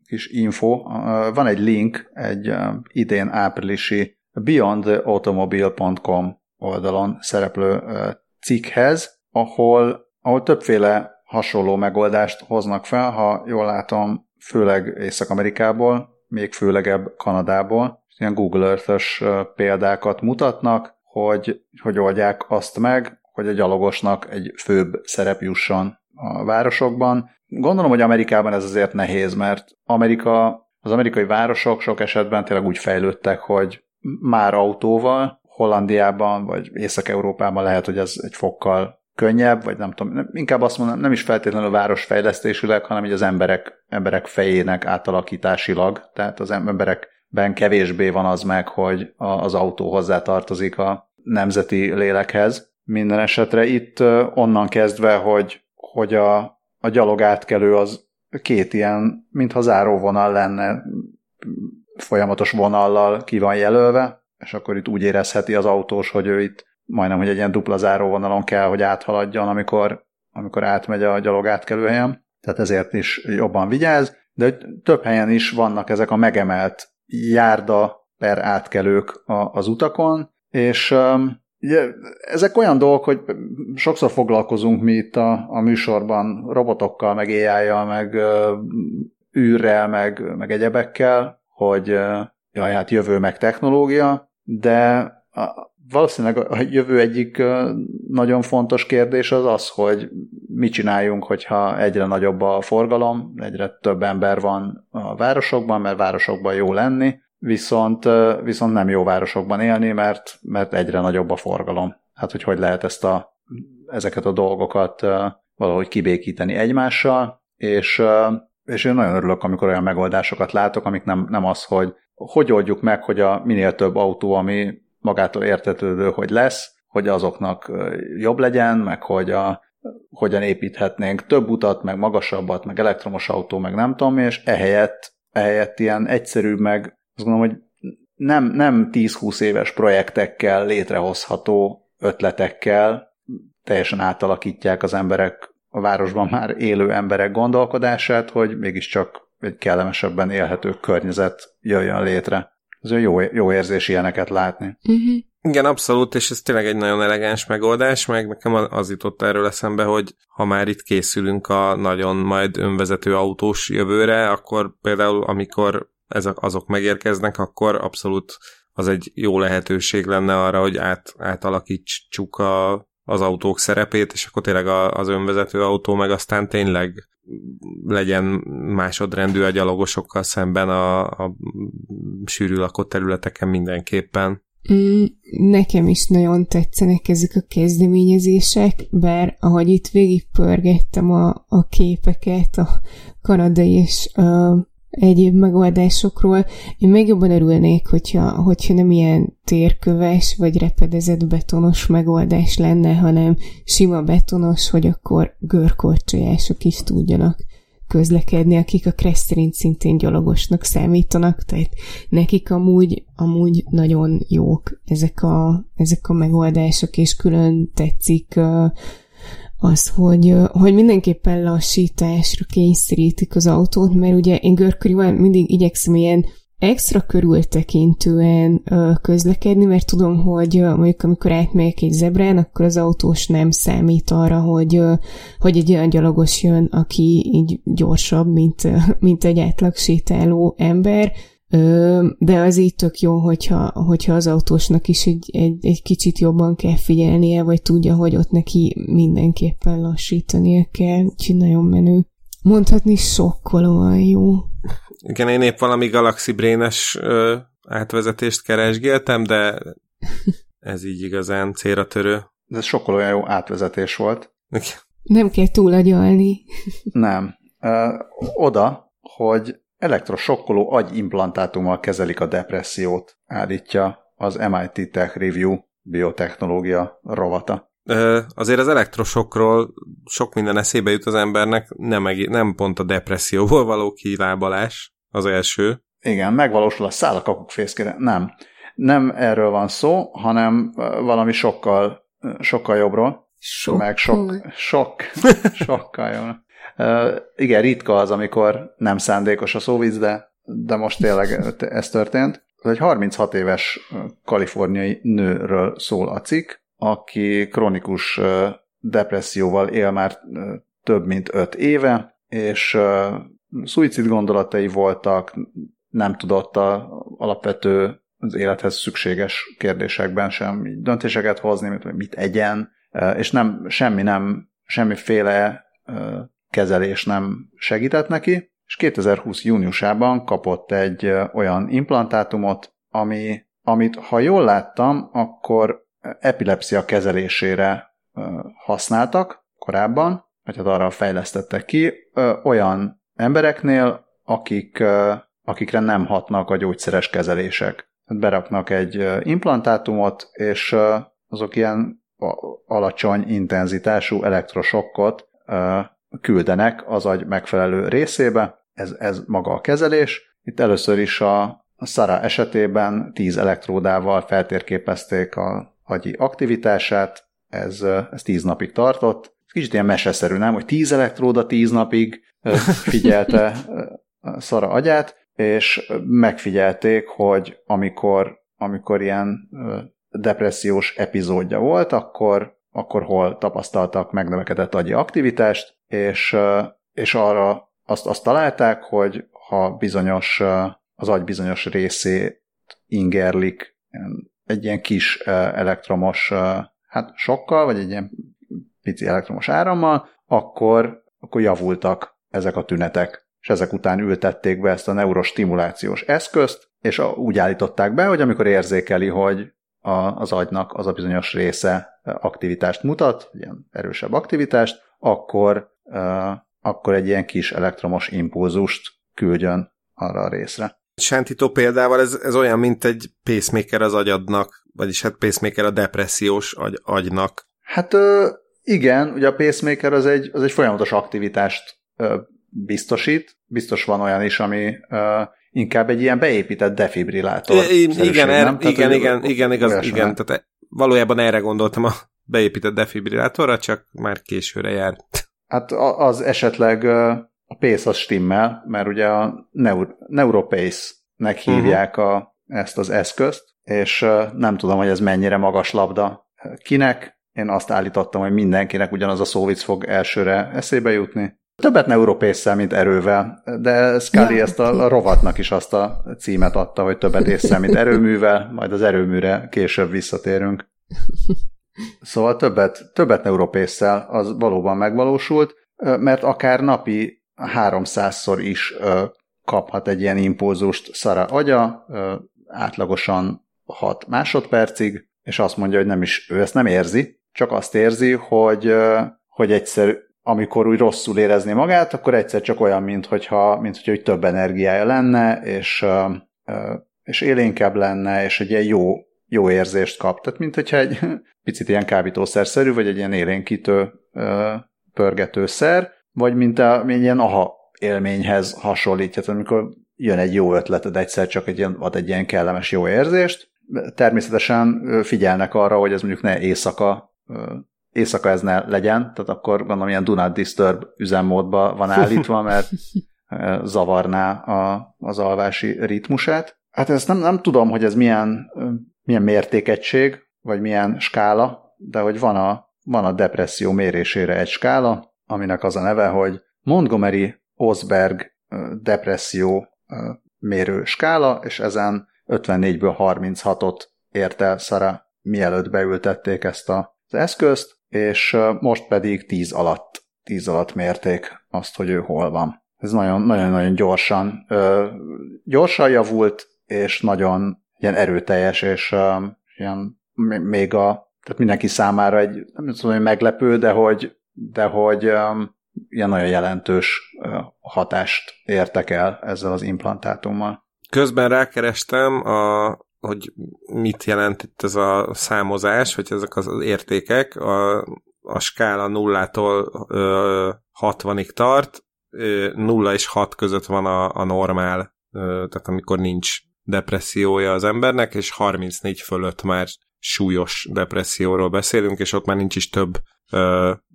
kis info. Van egy link egy idén áprilisi beyond automobile pont com oldalon szereplő cikkhez, ahol, ahol többféle hasonló megoldást hoznak fel, ha jól látom, főleg Észak-Amerikából, még főlegebb Kanadából. Ilyen Google Earth-ös példákat mutatnak, hogy, hogy oldják azt meg, hogy a gyalogosnak egy főbb szerep jusson a városokban. Gondolom, hogy Amerikában ez azért nehéz, mert Amerika, az amerikai városok sok esetben tényleg úgy fejlődtek, hogy már autóval, Hollandiában vagy Észak-Európában lehet, hogy ez egy fokkal könnyebb, vagy nem tudom, nem, inkább azt mondom, nem is feltétlenül városfejlesztésileg, hanem így az emberek, emberek fejének átalakításilag, tehát az emberekben kevésbé van az meg, hogy az autó hozzátartozik a nemzeti lélekhez. Minden esetre itt onnan kezdve, hogy, hogy a, a gyalogátkelő az két ilyen, mintha záróvonal lenne, folyamatos vonallal ki van jelölve, és akkor itt úgy érezheti az autós, hogy ő itt majdnem, hogy egy ilyen dupla záróvonalon kell, hogy áthaladjon, amikor, amikor átmegy a gyalogátkelőhelyen. Tehát ezért is jobban vigyáz, de több helyen is vannak ezek a megemelt járda per átkelők az utakon, és um, ugye, ezek olyan dolgok, hogy sokszor foglalkozunk mi itt a, a műsorban robotokkal, meg á í-jal, meg uh, űrrel, meg, meg egyebekkel, hogy uh, jaj, hát jövő meg technológia, de a, valószínűleg a jövő egyik uh, nagyon fontos kérdés az az, hogy mit csináljunk, hogyha egyre nagyobb a forgalom, egyre több ember van a városokban, mert városokban jó lenni, viszont, uh, viszont nem jó városokban élni, mert, mert egyre nagyobb a forgalom. Hát, hogy hogy lehet ezt a, ezeket a dolgokat uh, valahogy kibékíteni egymással, és, uh, és én nagyon örülök, amikor olyan megoldásokat látok, amik nem, nem az, hogy hogy oldjuk meg, hogy a minél több autó, ami magától értetődő, hogy lesz, hogy azoknak jobb legyen, meg hogy a, hogyan építhetnénk több utat, meg magasabbat, meg elektromos autó, meg nem tudom, és ehelyett, ehelyett ilyen egyszerűbb, meg azt gondolom, hogy nem, nem tíz-húsz éves projektekkel, létrehozható ötletekkel teljesen átalakítják az emberek, a városban már élő emberek gondolkodását, hogy mégiscsak egy kellemesebben élhető környezet jöjjön létre. Ez jó, jó érzés ilyeneket látni. Uh-huh. Igen, abszolút, és ez tényleg egy nagyon elegáns megoldás, meg nekem az jutott erről eszembe, hogy ha már itt készülünk a nagyon majd önvezető autós jövőre, akkor például amikor ezek azok megérkeznek, akkor abszolút az egy jó lehetőség lenne arra, hogy át, átalakítsuk a, az autók szerepét, és akkor tényleg a, az önvezető autó meg aztán tényleg legyen másodrendű a gyalogosokkal szemben a, a sűrű lakott területeken mindenképpen. Mm, nekem is nagyon tetszenek ezek a kezdeményezések, bár ahogy itt végigpörgettem a, a képeket a kanadai és a egyéb megoldásokról, én még jobban örülnék, hogyha, hogyha nem ilyen térköves vagy repedezett betonos megoldás lenne, hanem sima betonos, hogy akkor görkorcsolyások is tudjanak közlekedni, akik a Kressz szerint szintén gyalogosnak számítanak, tehát nekik amúgy, amúgy nagyon jók ezek a, ezek a megoldások, és külön tetszik uh, az, hogy, hogy mindenképpen lassításra kényszerítik az autót, mert ugye én görkörűen mindig igyekszem ilyen extra körültekintően közlekedni, mert tudom, hogy mondjuk amikor átmegyek egy zebrán, akkor az autós nem számít arra, hogy, hogy egy olyan gyalogos jön, aki így gyorsabb, mint, mint egy átlag sétáló ember, de az így tök jó, hogyha, hogyha az autósnak is egy, egy, egy kicsit jobban kell figyelnie, vagy tudja, hogy ott neki mindenképpen lassítania kell, úgyhogy nagyon menő. Mondhatni sokkolóan jó. Igen, én épp valami Galaxy Brain-es ö, átvezetést keresgéltem, de ez így igazán célra törő. De ez sokkolóan jó átvezetés volt. Nem kell túlagyalni. Nem. Ö, oda, hogy elektrosokkoló agyimplantátummal kezelik a depressziót, állítja az em i té Tech Review biotechnológia rovata. Ö, azért az elektrosokról sok minden eszébe jut az embernek, nem, egé- nem pont a depresszióból való kilábalás az első. Igen, megvalósul a szálakakuk fészkére. Nem. Nem erről van szó, hanem valami sokkal, sokkal jobbról. Sokkal. Meg sok, sok, sokkal jobb. Igen, ritka az, amikor nem szándékos a szóvic, de, de most tényleg ez történt. Ez egy harminchat éves kaliforniai nőről szól a cikk, aki krónikus depresszióval él már több mint öt éve, és szuicid gondolatai voltak, nem tudott a alapvető az élethez szükséges kérdésekben sem döntéseket hozni, mint mit egyen, és nem, semmi nem, semmiféle kezelés nem segített neki, és kétezer-húsz júniusában kapott egy olyan implantátumot, ami, amit ha jól láttam, akkor epilepszia kezelésére használtak korábban, vagy hát arra fejlesztettek ki, olyan embereknél, akik, akikre nem hatnak a gyógyszeres kezelések. Beraknak egy implantátumot, és azok ilyen alacsony intenzitású elektrosokkot küldenek az agy megfelelő részébe. Ez, ez maga a kezelés. Itt először is a Sarah esetében tíz elektródával feltérképezték a agyi aktivitását, ez, ez tíz napig tartott. Kicsit ilyen meseszerű, nem? Hogy tíz elektróda tíz napig figyelte Sarah agyát, és megfigyelték, hogy amikor, amikor ilyen depressziós epizódja volt, akkor, akkor hol tapasztaltak megnövekedett agyi aktivitást, és, és arra azt, azt találták, hogy ha bizonyos, az agy bizonyos részét ingerlik egy ilyen kis elektromos hát sokkal, vagy egy ilyen pici elektromos árammal, akkor, akkor javultak ezek a tünetek. És ezek után ültették be ezt a neurostimulációs eszközt, és úgy állították be, hogy amikor érzékeli, hogy a, az agynak az a bizonyos része aktivitást mutat, ilyen erősebb aktivitást, akkor, uh, akkor egy ilyen kis elektromos impulzust küldjön arra a részre. Sántító példával ez, ez olyan, mint egy pacemaker az agyadnak, vagyis hát pacemaker a depressziós agy, agynak. Hát uh, igen, ugye a pacemaker az egy, az egy folyamatos aktivitást uh, biztosít. Biztos van olyan is, ami uh, inkább egy ilyen beépített defibrillátor. I- igen, er, igen, tehát, igen, igen, igen, igaz, igen, tehát valójában erre gondoltam a beépített defibrillátorra, csak már későre járt. Hát az esetleg a pace az stimmel, mert ugye a Neur- Neuropace-nek hívják uh-huh. a, ezt az eszközt, és nem tudom, hogy ez mennyire magas labda kinek. Én azt állítottam, hogy mindenkinek ugyanaz a szóvic fog elsőre eszébe jutni. Többet Neuropace-szel, mint erővel, de Scully ja. ezt a, a rovatnak is azt a címet adta, hogy többet ésszel, mint erőművel, majd az erőműre később visszatérünk. Szóval többet, többet Neuropace-szel az valóban megvalósult, mert akár napi háromszázszor is kaphat egy ilyen impulzust Sarah agya, átlagosan hat másodpercig, és azt mondja, hogy nem is, ő ezt nem érzi, csak azt érzi, hogy, hogy egyszer amikor úgy rosszul érezni magát, akkor egyszer csak olyan, mint hogyha, mint hogyha több energiája lenne, és, és élénkebb lenne, és egy ilyen jó, jó érzést kap. Tehát, mint hogyha egy picit ilyen kábítószerszerű, vagy egy ilyen élénkítő, pörgető szer, vagy mint a, egy ilyen aha élményhez hasonlít. Tehát, amikor jön egy jó ötleted, egyszer csak egy ilyen, ad egy ilyen kellemes jó érzést. Természetesen figyelnek arra, hogy ez mondjuk ne éjszaka éjszaka ez ne legyen, tehát akkor gondolom ilyen do not disturb üzemmódban van állítva, mert zavarná a, az alvási ritmusát. Hát ezt nem, nem tudom, hogy ez milyen, milyen mértékegység, vagy milyen skála, de hogy van a, van a depresszió mérésére egy skála, aminek az a neve, hogy Montgomery-Åsberg depresszió mérő skála, és ezen ötvennégyből harminchatot ért el Sarah, mielőtt beültették ezt a az eszközt, és most pedig tíz alatt, tíz alatt mérték azt, hogy ő hol van. Ez nagyon-nagyon gyorsan, gyorsan javult, és nagyon ilyen erőteljes, és ilyen még a, tehát mindenki számára egy, nem tudom, hogy meglepő, de hogy, de hogy ilyen nagyon jelentős hatást értek el ezzel az implantátummal. Közben rákerestem a hogy mit jelent itt ez a számozás, vagy ezek az értékek. A, a skála nullától ö, hatvanig tart, ö, nulla és hat között van a, a normál, ö, tehát amikor nincs depressziója az embernek, és harmincnégy fölött már súlyos depresszióról beszélünk, és ott már nincs is több ö,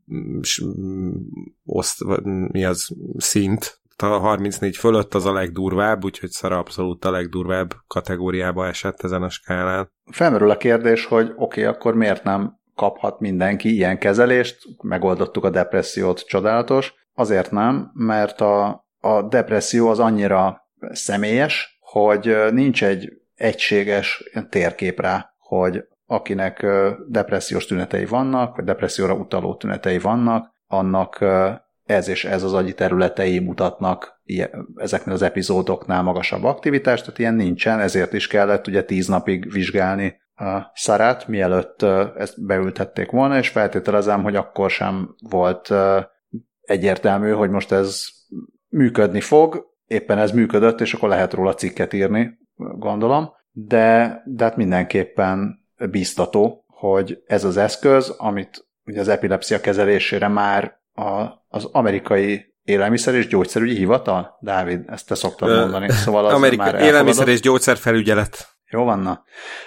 oszt, mi az szint, a harmincnégy fölött az a legdurvább, úgyhogy Szara abszolút a legdurvább kategóriába esett ezen a skálán. Felmerül a kérdés, hogy oké, okay, akkor miért nem kaphat mindenki ilyen kezelést, megoldottuk a depressziót, csodálatos. Azért nem, mert a, a depresszió az annyira személyes, hogy nincs egy egységes térkép rá, hogy akinek depressziós tünetei vannak, vagy depresszióra utaló tünetei vannak, annak ez és ez az agyi területei mutatnak ezeknél az epizódoknál magasabb aktivitást, tehát ilyen nincsen, ezért is kellett ugye tíz napig vizsgálni a Szarát, mielőtt ezt beültették volna, és feltételezem, hogy akkor sem volt egyértelmű, hogy most ez működni fog, éppen ez működött, és akkor lehet róla cikket írni, gondolom, de, de hát mindenképpen biztató, hogy ez az eszköz, amit ugye az epilepszia kezelésére már a, az amerikai élelmiszer és gyógyszerügyi hivatal, Dávid, ezt te szoktad mondani. Szóval az Amerika, már élelmiszer és gyógyszerfelügyelet. Jó van, na.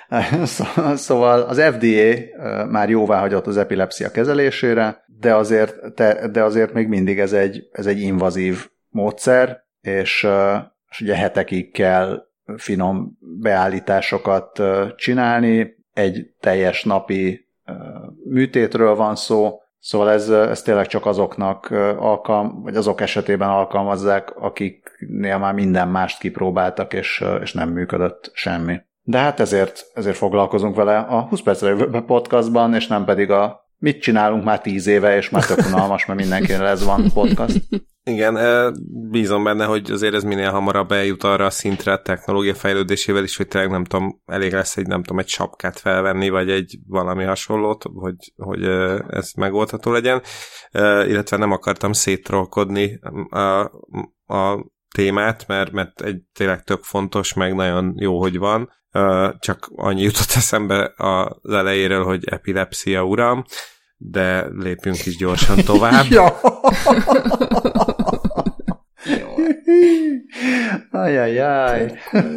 Szóval az ef dé á már jóvá hagyott az epilepszia kezelésére, de azért, de azért még mindig ez egy, ez egy invazív módszer, és, és ugye hetekig kell finom beállításokat csinálni, egy teljes napi műtétről van szó, szóval ez, ez tényleg csak azoknak alkalm, vagy azok esetében alkalmazzák, akiknél már minden mást kipróbáltak, és, és nem működött semmi. De hát ezért, ezért foglalkozunk vele a húsz percre jövőbe podcastban, és nem pedig a mit csinálunk már tíz éve, és már tök unalmas, mert mindenkinek ez van podcast. Igen, bízom benne, hogy azért ez minél hamarabb eljut arra a szintre a technológia fejlődésével is, hogy tényleg nem tudom, elég lesz egy, nem tudom, egy sapkát felvenni, vagy egy valami hasonlót, hogy, hogy ez megoldható legyen. Illetve nem akartam széttrollkodni a, a témát, mert, mert egy tényleg tök fontos, meg nagyon jó, hogy van. Csak annyi jutott eszembe az elejéről, hogy epilepszia, uram, de lépjünk is gyorsan tovább. Ajajaj.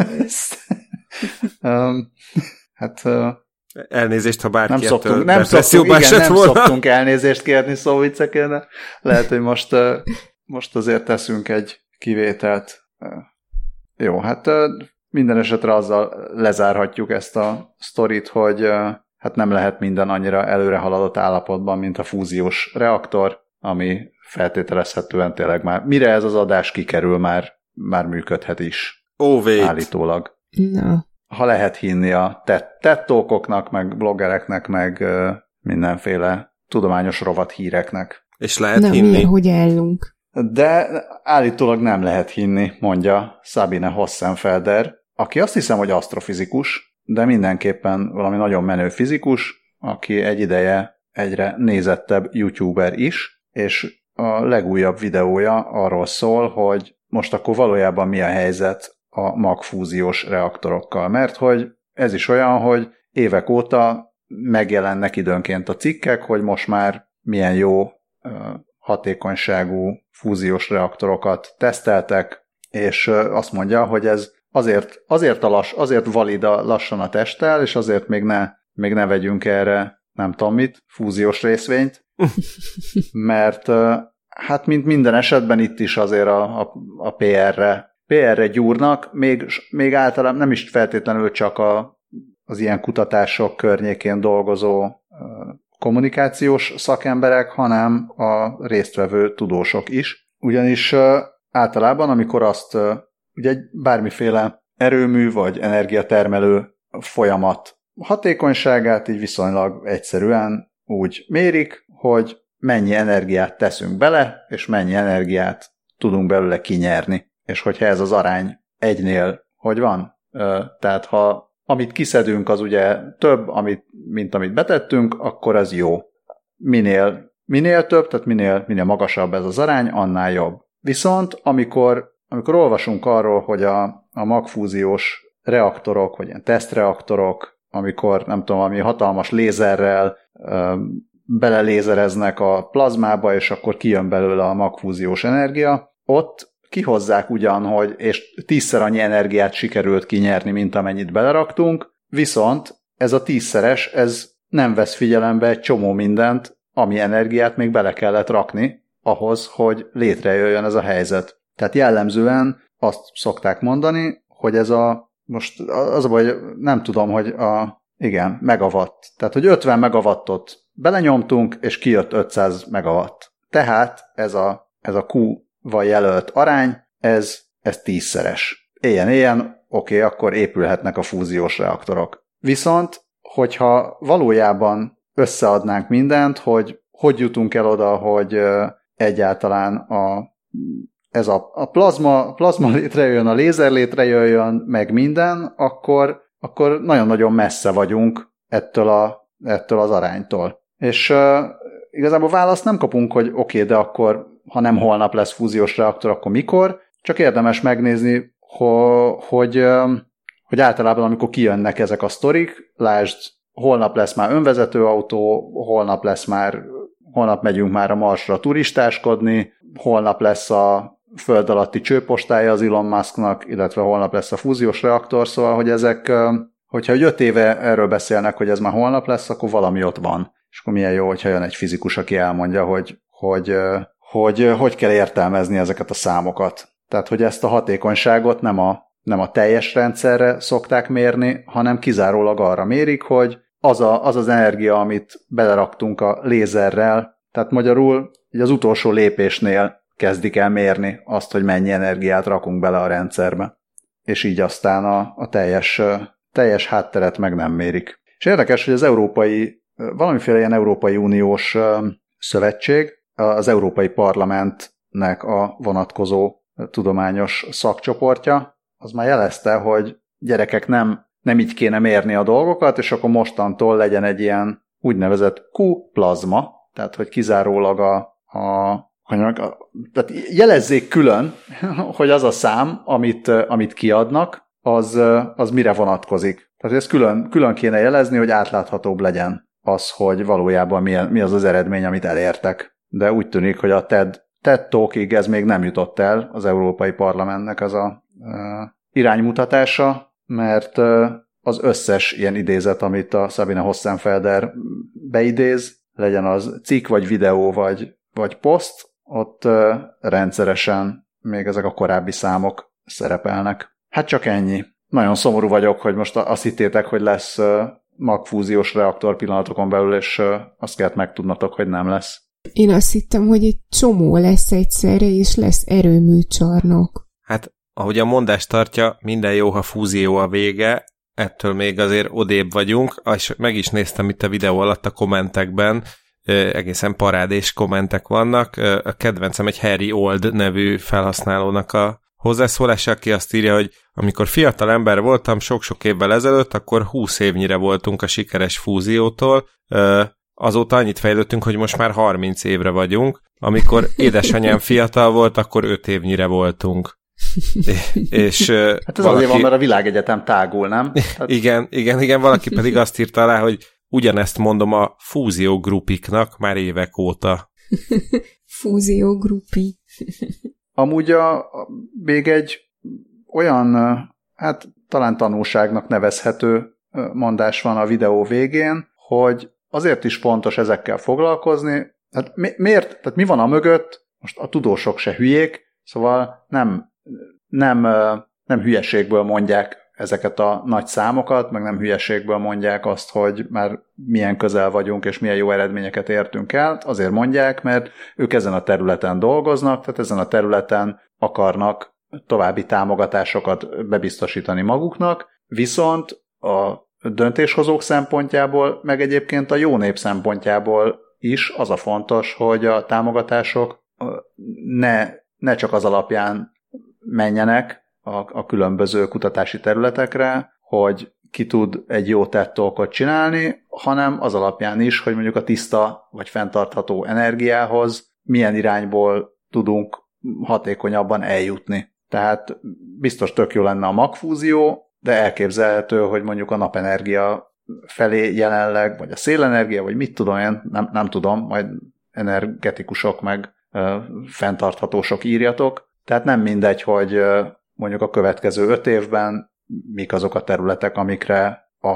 um, hát... Uh, elnézést, ha bárki nem ettől szoktunk, nem szoktunk, igen, nem szoktunk elnézést kérni szóviccekén, de lehet, hogy most, uh, most azért teszünk egy kivételt. Uh, jó, hát uh, minden esetre azzal lezárhatjuk ezt a sztorit, hogy uh, hát nem lehet minden annyira előre haladott állapotban, mint a fúziós reaktor, ami feltételezhetően tényleg már, mire ez az adás kikerül, már, már működhet is. Ó, állítólag. No. Ha lehet hinni a tettókoknak, meg bloggereknek, meg uh, mindenféle tudományos rovat híreknek. És lehet Na, hinni. milyen, hogy állunk. De állítólag nem lehet hinni, mondja Sabine Hossenfelder, aki azt hiszem, hogy asztrofizikus, de mindenképpen valami nagyon menő fizikus, aki egy ideje egyre nézettebb youtuber is, és a legújabb videója arról szól, hogy most akkor valójában mi a helyzet a magfúziós reaktorokkal, mert hogy ez is olyan, hogy évek óta megjelennek időnként a cikkek, hogy most már milyen jó hatékonyságú fúziós reaktorokat teszteltek, és azt mondja, hogy ez azért, azért, a lass, azért valid a lassan a testtel, és azért még ne, még ne vegyünk erre, nem tudom mit, fúziós részvényt, mert hát mint minden esetben itt is azért a, a, a pé erre, pé erre gyúrnak, még, még általában nem is feltétlenül csak a, az ilyen kutatások környékén dolgozó kommunikációs szakemberek, hanem a résztvevő tudósok is. Ugyanis általában, amikor azt ugye bármiféle erőmű vagy energiatermelő folyamat hatékonyságát így viszonylag egyszerűen úgy mérik, hogy mennyi energiát teszünk bele, és mennyi energiát tudunk belőle kinyerni. És hogyha ez az arány egynél, hogy van? Tehát ha amit kiszedünk, az ugye több, amit, mint amit betettünk, akkor az jó. Minél, minél több, tehát minél, minél magasabb ez az arány, annál jobb. Viszont amikor, amikor olvasunk arról, hogy a, a magfúziós reaktorok, vagy ilyen tesztreaktorok, amikor nem tudom, ami hatalmas lézerrel ö, belelézereznek a plazmába, és akkor kijön belőle a magfúziós energia, ott kihozzák ugyan, hogy és tízszer annyi energiát sikerült kinyerni, mint amennyit beleraktunk, viszont ez a tízszeres, ez nem vesz figyelembe egy csomó mindent, ami energiát még bele kellett rakni ahhoz, hogy létrejöjjön ez a helyzet. Tehát jellemzően azt szokták mondani, hogy ez a, most az a baj, hogy nem tudom, hogy a, igen, megawatt. Tehát, hogy ötven megawattot belenyomtunk, és kijött ötszáz megawatt. Tehát ez a, ez a Q-val jelölt arány, ez, ez tízszeres. Éljen-éljen, oké, akkor épülhetnek a fúziós reaktorok. Viszont, hogyha valójában összeadnánk mindent, hogy hogy jutunk el oda, hogy egyáltalán a, ez a, a plazma, plazma létrejöjjön, a lézer létrejöjjön, meg minden, akkor, akkor nagyon-nagyon messze vagyunk ettől, a, ettől az aránytól. És uh, igazából választ nem kapunk, hogy oké, okay, de akkor, ha nem holnap lesz fúziós reaktor, akkor mikor? Csak érdemes megnézni, ho, hogy, uh, hogy általában amikor kijönnek ezek a sztorik, lásd, holnap lesz már önvezető autó, holnap lesz már, holnap megyünk már a Marsra turistáskodni, holnap lesz a föld alatti csőpostája az Elon Musknak, illetve holnap lesz a fúziós reaktor, szóval, hogy ezek, hogyha öt éve erről beszélnek, hogy ez már holnap lesz, akkor valami ott van. És akkor milyen jó, hogyha jön egy fizikus, aki elmondja, hogy hogy, hogy, hogy, hogy kell értelmezni ezeket a számokat. Tehát, hogy ezt a hatékonyságot nem a, nem a teljes rendszerre szokták mérni, hanem kizárólag arra mérik, hogy az, a, az az energia, amit beleraktunk a lézerrel, tehát magyarul az utolsó lépésnél kezdik el mérni azt, hogy mennyi energiát rakunk bele a rendszerbe. És így aztán a, a teljes, teljes hátteret meg nem mérik. És érdekes, hogy az európai, valamiféle ilyen Európai Uniós szövetség, az Európai Parlamentnek a vonatkozó tudományos szakcsoportja, az már jelezte, hogy gyerekek nem, nem így kéne mérni a dolgokat, és akkor mostantól legyen egy ilyen úgynevezett Q-plazma, tehát hogy kizárólag a, a tehát jelezzék külön, hogy az a szám, amit, amit kiadnak, az, az mire vonatkozik. Tehát ezt külön, külön kéne jelezni, hogy átláthatóbb legyen az, hogy valójában milyen, mi az az eredmény, amit elértek. De úgy tűnik, hogy a TED, TED Talkig ez még nem jutott el az Európai Parlamentnek az a uh, iránymutatása, mert uh, az összes ilyen idézet, amit a Sabine Hossenfelder beidéz, legyen az cikk, vagy videó, vagy, vagy poszt, ott uh, rendszeresen még ezek a korábbi számok szerepelnek. Hát csak ennyi. Nagyon szomorú vagyok, hogy most azt hittétek, hogy lesz uh, magfúziós reaktor pillanatokon belül, és uh, azt kellett megtudnatok, hogy nem lesz. Én azt hittem, hogy egy csomó lesz egyszerre, és lesz erőműcsarnok. Hát, ahogy a mondás tartja, minden jó, ha fúzió a vége, ettől még azért odébb vagyunk, és meg is néztem itt a videó alatt a kommentekben, egészen parádés kommentek vannak. A kedvencem egy Harry Old nevű felhasználónak a hozzászólása, aki azt írja, hogy amikor fiatal ember voltam sok-sok évvel ezelőtt, akkor húsz évnyire voltunk a sikeres fúziótól, azóta annyit fejlődtünk, hogy most már harminc évre vagyunk. Amikor édesanyám fiatal volt, akkor öt évnyire voltunk. És hát ez valaki... azért van, mert a világegyetem tágul, nem? Tehát... igen, igen, igen, valaki pedig azt írta alá, hogy ugyanezt mondom a fúziógrupiknak már évek óta. Fúziógrupi. Amúgy a, a, még egy olyan, hát talán tanulságnak nevezhető mondás van a videó végén, hogy azért is fontos ezekkel foglalkozni. Hát mi, miért? Tehát mi van a mögött? Most a tudósok se hülyék, szóval nem, nem, nem hülyeségből mondják ezeket a nagy számokat, meg nem hülyeségből mondják azt, hogy már milyen közel vagyunk, és milyen jó eredményeket értünk el. Azért mondják, mert ők ezen a területen dolgoznak, tehát ezen a területen akarnak további támogatásokat bebiztosítani maguknak, viszont a döntéshozók szempontjából, meg egyébként a jó nép szempontjából is az a fontos, hogy a támogatások ne, ne csak az alapján menjenek a, a különböző kutatási területekre, hogy ki tud egy jó TED Talkot csinálni, hanem az alapján is, hogy mondjuk a tiszta vagy fenntartható energiához milyen irányból tudunk hatékonyabban eljutni. Tehát biztos tök jó lenne a magfúzió, de elképzelhető, hogy mondjuk a napenergia felé jelenleg, vagy a szélenergia, vagy mit tudom én, nem, nem tudom, majd energetikusok meg ö, fenntarthatósok írjatok. Tehát nem mindegy, hogy ö, mondjuk a következő öt évben mik azok a területek, amikre a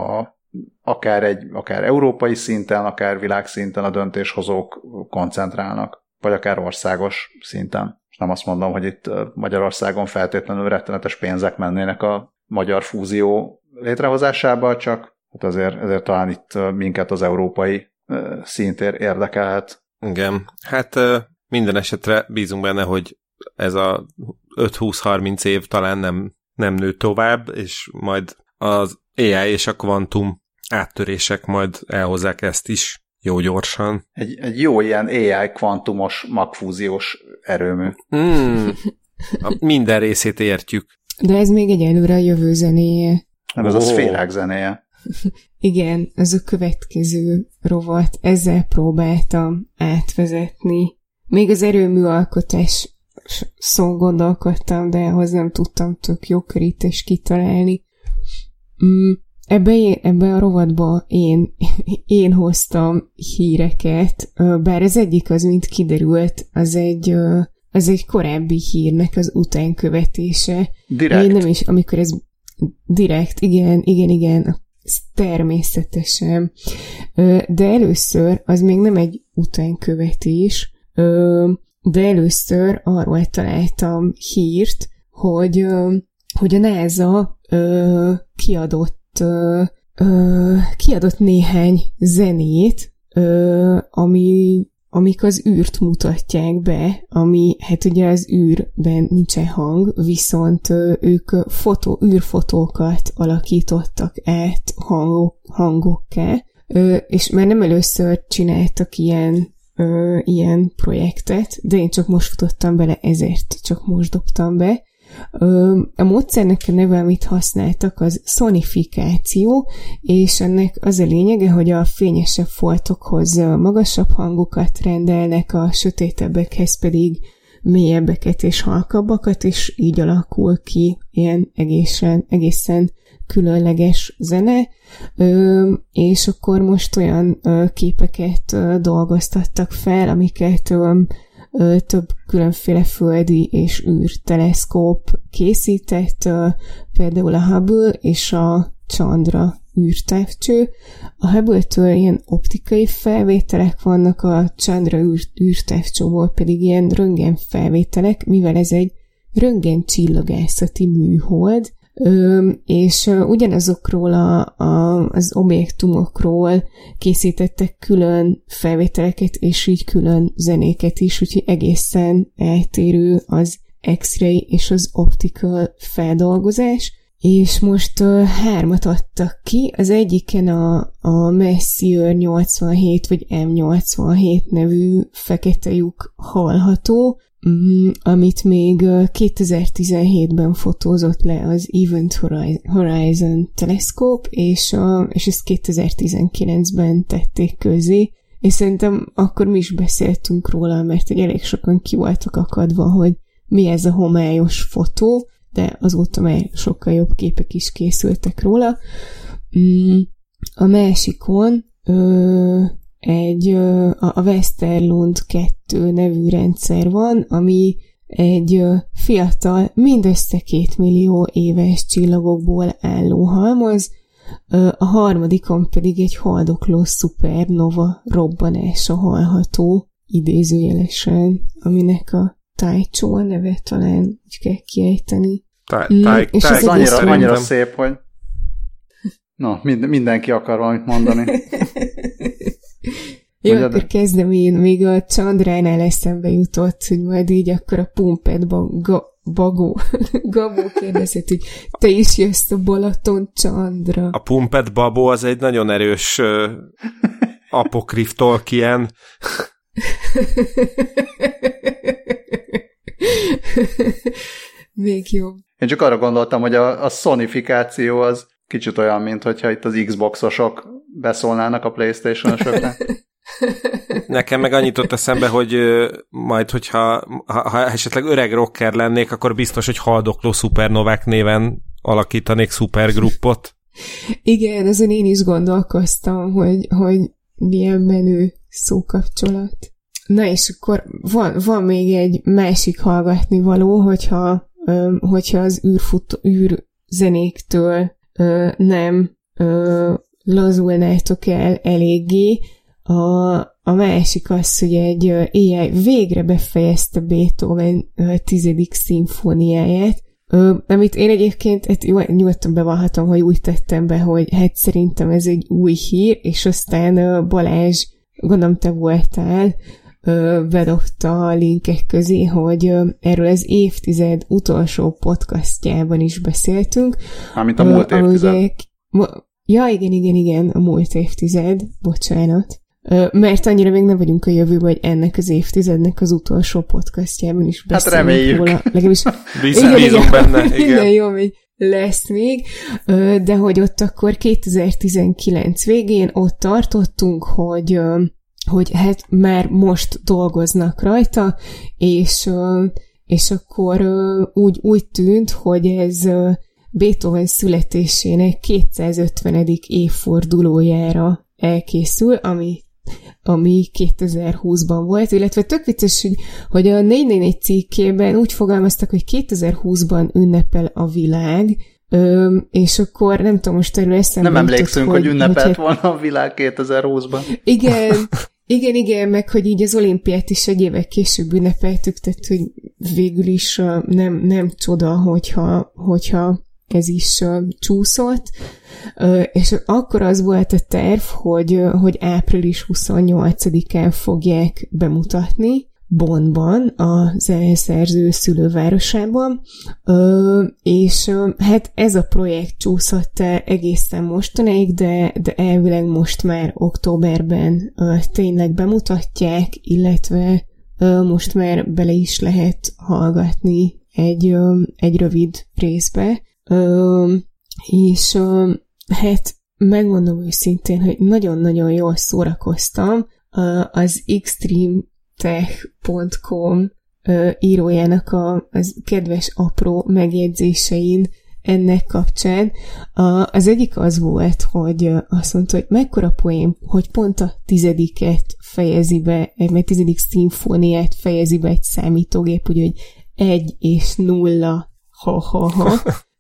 akár, egy, akár európai szinten, akár világszinten a döntéshozók koncentrálnak, vagy akár országos szinten. És nem azt mondom, hogy itt Magyarországon feltétlenül rettenetes pénzek mennének a magyar fúzió létrehozásába, csak hát azért, azért talán itt minket az európai szintér érdekelhet. Igen, hát minden esetre bízunk benne, hogy ez a öt-húsz-harminc év talán nem, nem nő tovább, és majd az á i és a kvantum áttörések majd elhozzák ezt is jó gyorsan. Egy, egy jó ilyen á i kvantumos magfúziós erőmű. Mm, minden részét értjük. De ez még egyelőre a jövő zenéje. Nem, ez oh. az félák zenéje. Igen, ez a következő rovat. Ezzel próbáltam átvezetni. Még az erőmű alkotás szó gondolkodtam, de ahhoz nem tudtam tök jó körítést kitalálni. Mm, ebbe, ebbe a rovatba én, én hoztam híreket, bár az egyik az, mint kiderült, az egy, az egy korábbi hírnek az utánkövetése. Direkt. Én nem is, amikor ez direkt, igen, igen, igen, természetesen. De először az még nem egy utánkövetés, de először arról találtam hírt, hogy, hogy a NASA kiadott, kiadott néhány zenét, ami, amik az űrt mutatják be, ami, hát ugye az űrben nincsen hang, viszont ők fotó, űrfotókat alakítottak át hangok, hangokká, és már nem először csináltak ilyen, ilyen projektet, de én csak most futottam bele, ezért csak most dobtam be. A módszernek a neve, amit használtak, az szonifikáció, és ennek az a lényege, hogy a fényesebb foltokhoz magasabb hangokat rendelnek, a sötétebbekhez pedig mélyebbeket és halkabbakat, és így alakul ki ilyen egészen, egészen különleges zene, és akkor most olyan képeket dolgoztattak fel, amiket több különféle földi és űrteleszkóp készített, például a Hubble és a Chandra űrtávcső. A Hubble-től ilyen optikai felvételek vannak, a Chandra űrtávcsóból pedig ilyen röntgen felvételek, mivel ez egy röntgen csillagászati műhold, Ö, és ugyanazokról a, a, az objektumokról készítettek külön felvételeket, és így külön zenéket is, úgyhogy egészen eltérő az X-ray és az optical feldolgozás, és most uh, hármat adtak ki, az egyiken a, a Messier nyolcvanhét vagy M nyolcvanhét nevű fekete lyuk hallható, Mm, amit még kétezer-tizenhétben fotózott le az Event Horizon teleszkóp, és, a, és ezt kétezer-tizenkilencben tették közé, és szerintem akkor mi is beszéltünk róla, mert egy elég sokan ki voltak akadva, hogy mi ez a homályos fotó, de azóta már sokkal jobb képek is készültek róla. Mm, a másikon ö, egy a Westerlund kettő nevű rendszer van, ami egy fiatal, mindössze két millió éves csillagokból álló halmaz, a harmadikon pedig egy haldokló szupernova robbanása hallható idézőjelesen, aminek a Taichó a neve, talán úgy kell kiejteni. Ez annyira, annyira szép, hogy no, mindenki akar valamit mondani. Jó, mondjad, akkor kezdem én. Még a Chandránál eszembe jutott, hogy majd így akkor a Pumped Bagó Bagó Gabó kérdezett, hogy te is jössz a Balaton, Chandra. A Pumped Babó az egy nagyon erős uh, apokrif Tolkien. Még jobb. Én csak arra gondoltam, hogy a, a szonifikáció az kicsit olyan, mint hogyha itt az Xboxosok beszólnának a PlayStation-osoknak. Nekem meg annyit ott eszembe, hogy majd, hogyha ha, ha esetleg öreg rocker lennék, akkor biztos, hogy haldokló szupernovák néven alakítanék szupergruppot. Igen, azon én is gondolkoztam, hogy, hogy milyen menő szókapcsolat. Na és akkor van, van még egy másik hallgatni való, hogyha, hogyha az űrfut, űrzenéktől nem lazulnátok el eléggé. A, a másik az, hogy egy á i végre befejezte Beethoven tizedik szimfóniáját, amit én egyébként hát jó, nyugodtan bevallhatom, hogy úgy tettem be, hogy hát szerintem ez egy új hír, és aztán Balázs, gondolom te voltál, bedobta a linkek közé, hogy erről az évtized utolsó podcastjában is beszéltünk. Mármint a múlt évtized. Ugye, ja, igen, igen, igen, a múlt évtized, bocsánat. Mert annyira még nem vagyunk a jövőben, hogy ennek az évtizednek az utolsó podcastjában is beszélünk. Hát reméljük. Róla. Legalábbis bízunk benne, igen. Igen, jó, hogy lesz még, de hogy ott akkor kétezer-tizenkilenc végén ott tartottunk, hogy, hogy hát már most dolgoznak rajta, és, és akkor úgy, úgy tűnt, hogy ez Beethoven születésének kétszázötvenedik évfordulójára elkészül, ami ami kétezer-húszban volt, illetve tök vicces, hogy, hogy a négy négy négy cikkében úgy fogalmaztak, hogy kétezer-húszban ünnepel a világ, ö, és akkor nem tudom, most erről eszembe Nem emlékszünk, jutott, hogy, hogy ünnepelt hogy, volna a világ kétezer-húszban. Igen, igen, igen, meg hogy így az olimpiát is egy évek később ünnepeltük, tehát hogy végül is uh, nem, nem csoda, hogyha, hogyha ez is uh, csúszott, uh, és akkor az volt a terv, hogy, uh, hogy április huszonnyolcadikán fogják bemutatni Bonnban, a zeneszerző szülővárosában, uh, és uh, hát ez a projekt csúszott el egészen mostanáig, de, de elvileg most már októberben uh, tényleg bemutatják, illetve uh, most már bele is lehet hallgatni egy, uh, egy rövid részbe. Uh, és uh, hát megmondom őszintén, hogy nagyon-nagyon jól szórakoztam. Uh, az extreme tech pont com uh, írójának a, az kedves apró megjegyzésein ennek kapcsán. Uh, az egyik az volt, hogy uh, azt mondta, hogy mekkora poém, hogy pont a tizediket fejezi be, egy tizedik szimfóniát fejezi be egy számítógép, úgyhogy egy és nulla, ha-ha-ha.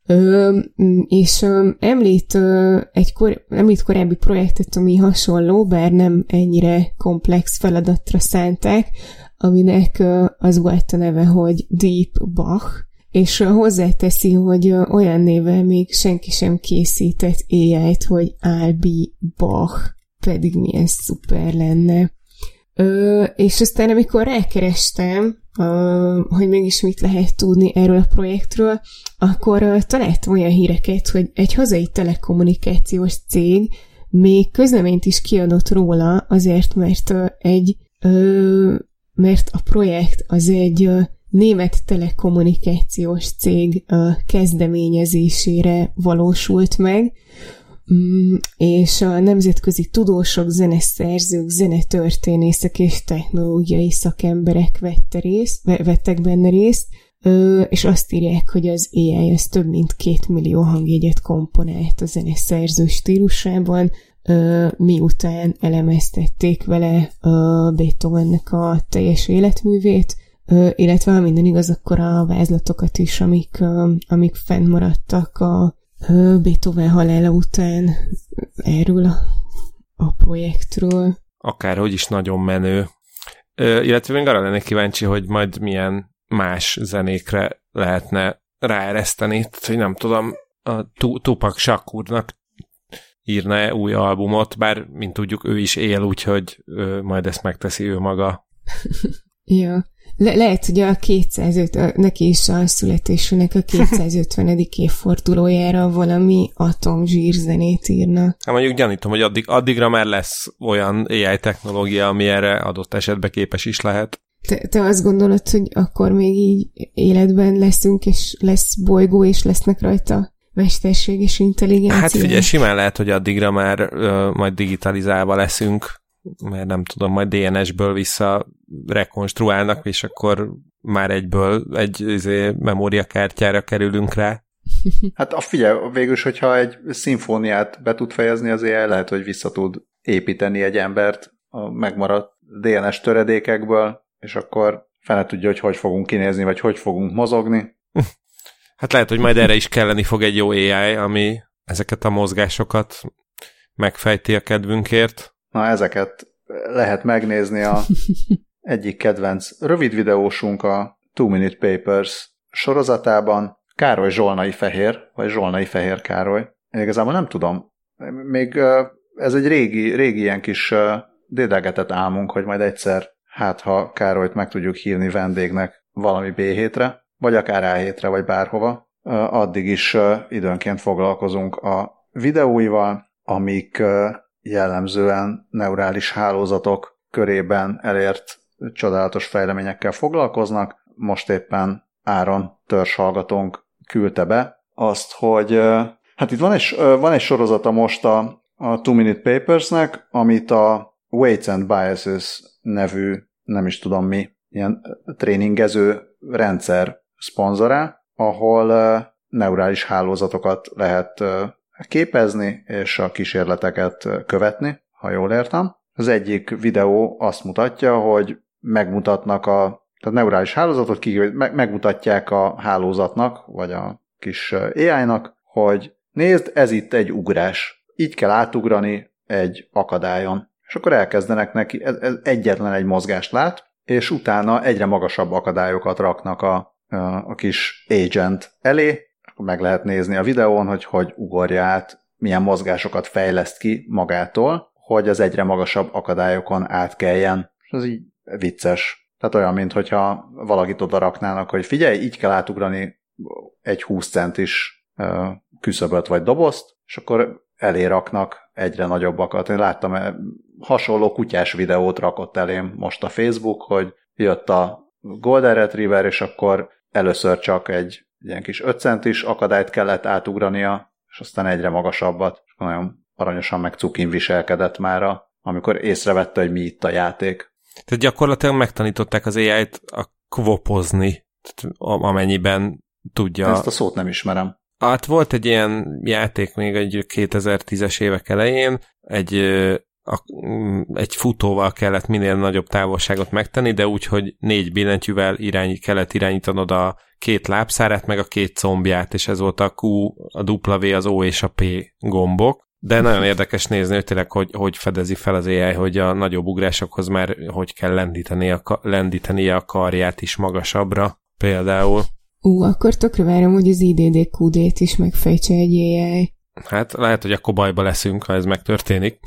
Ö, és ö, említ, ö, egy kor, említ korábbi projektet, ami hasonló, bár nem ennyire komplex feladatra szánták, aminek ö, az volt a neve, hogy Deep Bach, és ö, hozzáteszi, hogy ö, olyan névvel még senki sem készített á í-t, hogy I'll be Bach, pedig milyen szuper lenne. Ö, és aztán amikor rákerestem, Uh, hogy mégis mit lehet tudni erről a projektről, akkor uh, találtam olyan híreket, hogy egy hazai telekommunikációs cég még közleményt is kiadott róla, azért, mert uh, egy uh, mert a projekt az egy uh, német telekommunikációs cég uh, kezdeményezésére valósult meg, Mm, és a nemzetközi tudósok, zeneszerzők, zenetörténészek és technológiai szakemberek vette részt, vettek benne részt, ö, és azt írják, hogy az á í az több mint két millió hangjegyet komponált a zeneszerző stílusában, ö, miután elemeztették vele a Beethovennek a teljes életművét, ö, illetve ha minden igaz, akkor a vázlatokat is, amik, ö, amik fennmaradtak a Beethoven halála után erről a, a projektről. Akárhogy is nagyon menő. Ö, illetve még arra lennék kíváncsi, hogy majd milyen más zenékre lehetne ráereszteni. Hogy nem tudom, a Tupac Shakurnak írna új albumot, bár, mint tudjuk, ő is él, úgyhogy ö, majd ezt megteszi ő maga. Ja. Le- lehet, hogy a kétszázöt, neki is a születésének a kétszázötvenedik évfordulójára valami atomzsír-zenét írnak. Hát mondjuk gyanítom, hogy addig, addigra már lesz olyan á í technológia, ami erre adott esetben képes is lehet. Te, te azt gondolod, hogy akkor még így életben leszünk, és lesz bolygó, és lesznek rajta mesterséges intelligencia? Hát ugye simán lehet, hogy addigra már ö, majd digitalizálva leszünk, mert nem tudom, majd dé en es-ből vissza rekonstruálnak, és akkor már egyből egy izé, memóriakártyára kerülünk rá. Hát a figyelj, végülis, hogyha egy szimfóniát be tud fejezni az á í, lehet, hogy vissza tud építeni egy embert a megmaradt dé en es töredékekből, és akkor fene tudja, hogy hogy fogunk kinézni, vagy hogy fogunk mozogni. Hát lehet, hogy majd erre is kelleni fog egy jó á í, ami ezeket a mozgásokat megfejti a kedvünkért. Na, ezeket lehet megnézni a egyik kedvenc rövid videósunk a Two Minute Papers sorozatában. Károly Zsolnai Fehér, vagy Zsolnai Fehér Károly. Én igazából nem tudom. Még ez egy régi, régi ilyen kis dédelgetett álmunk, hogy majd egyszer, hát ha Károlyt meg tudjuk hívni vendégnek valami bé hétre, vagy akár á hétre, vagy bárhova. Addig is időnként foglalkozunk a videóival, amik jellemzően neurális hálózatok körében elért csodálatos fejleményekkel foglalkoznak. Most éppen Áron törzshallgatónk küldte be azt, hogy hát itt van egy, van egy sorozata most a, a Two Minute Papersnek, amit a Weights and Biases nevű, nem is tudom mi, ilyen tréningező rendszer szponzorál, ahol neurális hálózatokat lehet képezni, és a kísérleteket követni, ha jól értem. Az egyik videó azt mutatja, hogy megmutatnak a tehát neurális hálózatot, megmutatják a hálózatnak, vagy a kis á í-nak, hogy nézd, ez itt egy ugrás. Így kell átugrani egy akadályon. És akkor elkezdenek neki, ez, ez egyetlen egy mozgást lát, és utána egyre magasabb akadályokat raknak a, a kis agent elé, akkor meg lehet nézni a videón, hogy hogy ugorja át, milyen mozgásokat fejleszt ki magától, hogy az egyre magasabb akadályokon átkeljen. És ez így vicces. Tehát olyan, mintha valakit oda raknának, hogy figyelj, így kell átugrani egy húsz centis küszöböt vagy dobozt, és akkor elé raknak egyre nagyobbakat. Én láttam, hasonló kutyás videót rakott elém most a Facebook, hogy jött a Golden Retriever, és akkor először csak egy ilyen kis öt centis akadályt kellett átugrania, és aztán egyre magasabbat. És nagyon aranyosan meg cukin viselkedett már, amikor észrevette, hogy mi itt a játék. Tehát gyakorlatilag megtanították az á í-t a kvopozni, amennyiben tudja. Ezt a szót nem ismerem. Hát volt egy ilyen játék még egy kétezer-tízes évek elején, egy, a, egy futóval kellett minél nagyobb távolságot megtenni, de úgy, hogy négy billentyűvel irányít, kellett irányítanod a két lábszárát, meg a két combját, és ez volt a Q, a W, az O és a P gombok. De nagyon érdekes nézni, hogy tényleg, hogy, hogy fedezi fel az á í, hogy a nagyobb ugrásokhoz már hogy kell lendíteni a, lendítenie a karját is magasabbra, például. Ú, akkor tökre várom, hogy az I D D Q D-t is megfejtse egy á í. Hát lehet, hogy akkor bajba leszünk, ha ez megtörténik.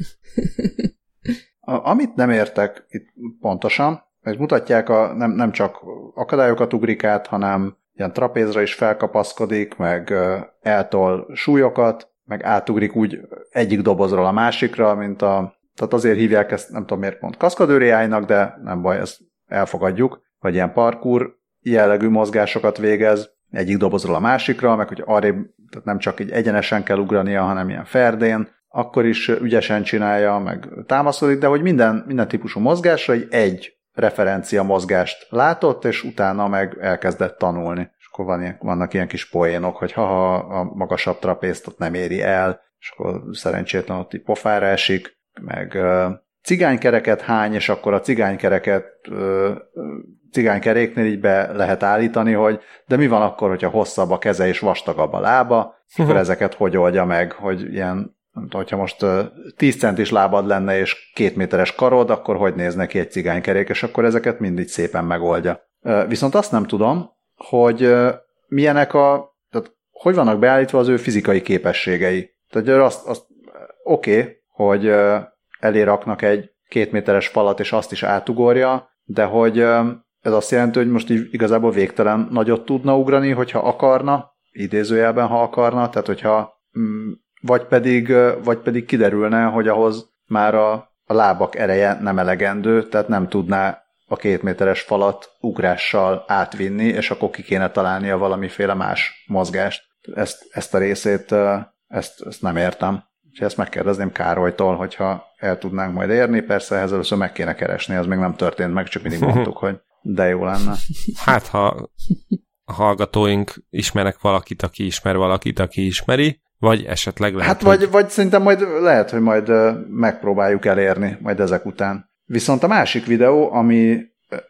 A, amit nem értek itt pontosan, és mutatják, a, nem, nem csak akadályokat ugrik át, hanem ilyen trapézra is felkapaszkodik, meg eltol súlyokat, meg átugrik úgy egyik dobozról a másikra, mint a... Tehát azért hívják ezt, nem tudom miért pont kaszkadőr á í-nak, de nem baj, ezt elfogadjuk, vagy ilyen parkour jellegű mozgásokat végez egyik dobozról a másikra, meg hogy arrébb, tehát nem csak így egyenesen kell ugrania, hanem ilyen ferdén, akkor is ügyesen csinálja, meg támaszkodik, de hogy minden, minden típusú mozgásra egy, egy referencia mozgást látott, és utána meg elkezdett tanulni. És akkor van ilyen, vannak ilyen kis poénok, hogy ha a magasabb trapézt ott nem éri el, és akkor szerencsétlen ott így pofára esik, meg uh, cigánykereket hány, és akkor a cigánykereket uh, cigánykeréknél így be lehet állítani, hogy de mi van akkor, hogyha hosszabb a keze és vastagabb a lába, és akkor ezeket hogy oldja meg, hogy ilyen, nem tudom, hogyha most uh, tíz centis lábad lenne és két méteres karod, akkor hogy néz neki egy cigánykerék, és akkor ezeket mindig szépen megoldja. Uh, viszont azt nem tudom, hogy uh, milyenek a, tehát hogy vannak beállítva az ő fizikai képességei. Tehát azt, azt oké, okay, hogy uh, elé raknak egy két méteres falat, és azt is átugorja, de hogy uh, ez azt jelenti, hogy most így igazából végtelen nagyot tudna ugrani, hogyha akarna, idézőjelben, ha akarna, tehát hogyha mm, vagy pedig, vagy pedig kiderülne, hogy ahhoz már a, a lábak ereje nem elegendő, tehát nem tudná a két méteres falat ugrással átvinni, és akkor ki kéne találnia valamiféle más mozgást. Ezt, ezt a részét, ezt, ezt nem értem. Úgyhogy ezt megkérdezném Károlytól, hogyha el tudnánk majd érni, persze ehhez először meg kéne keresni, ez még nem történt meg, csak mindig mondtuk, hogy de jó lenne. Hát, ha a hallgatóink ismernek valakit, aki ismer valakit, aki ismeri, vagy esetleg lehet, Hát vagy, hogy... vagy szerintem majd lehet, hogy majd megpróbáljuk elérni majd ezek után. Viszont a másik videó, ami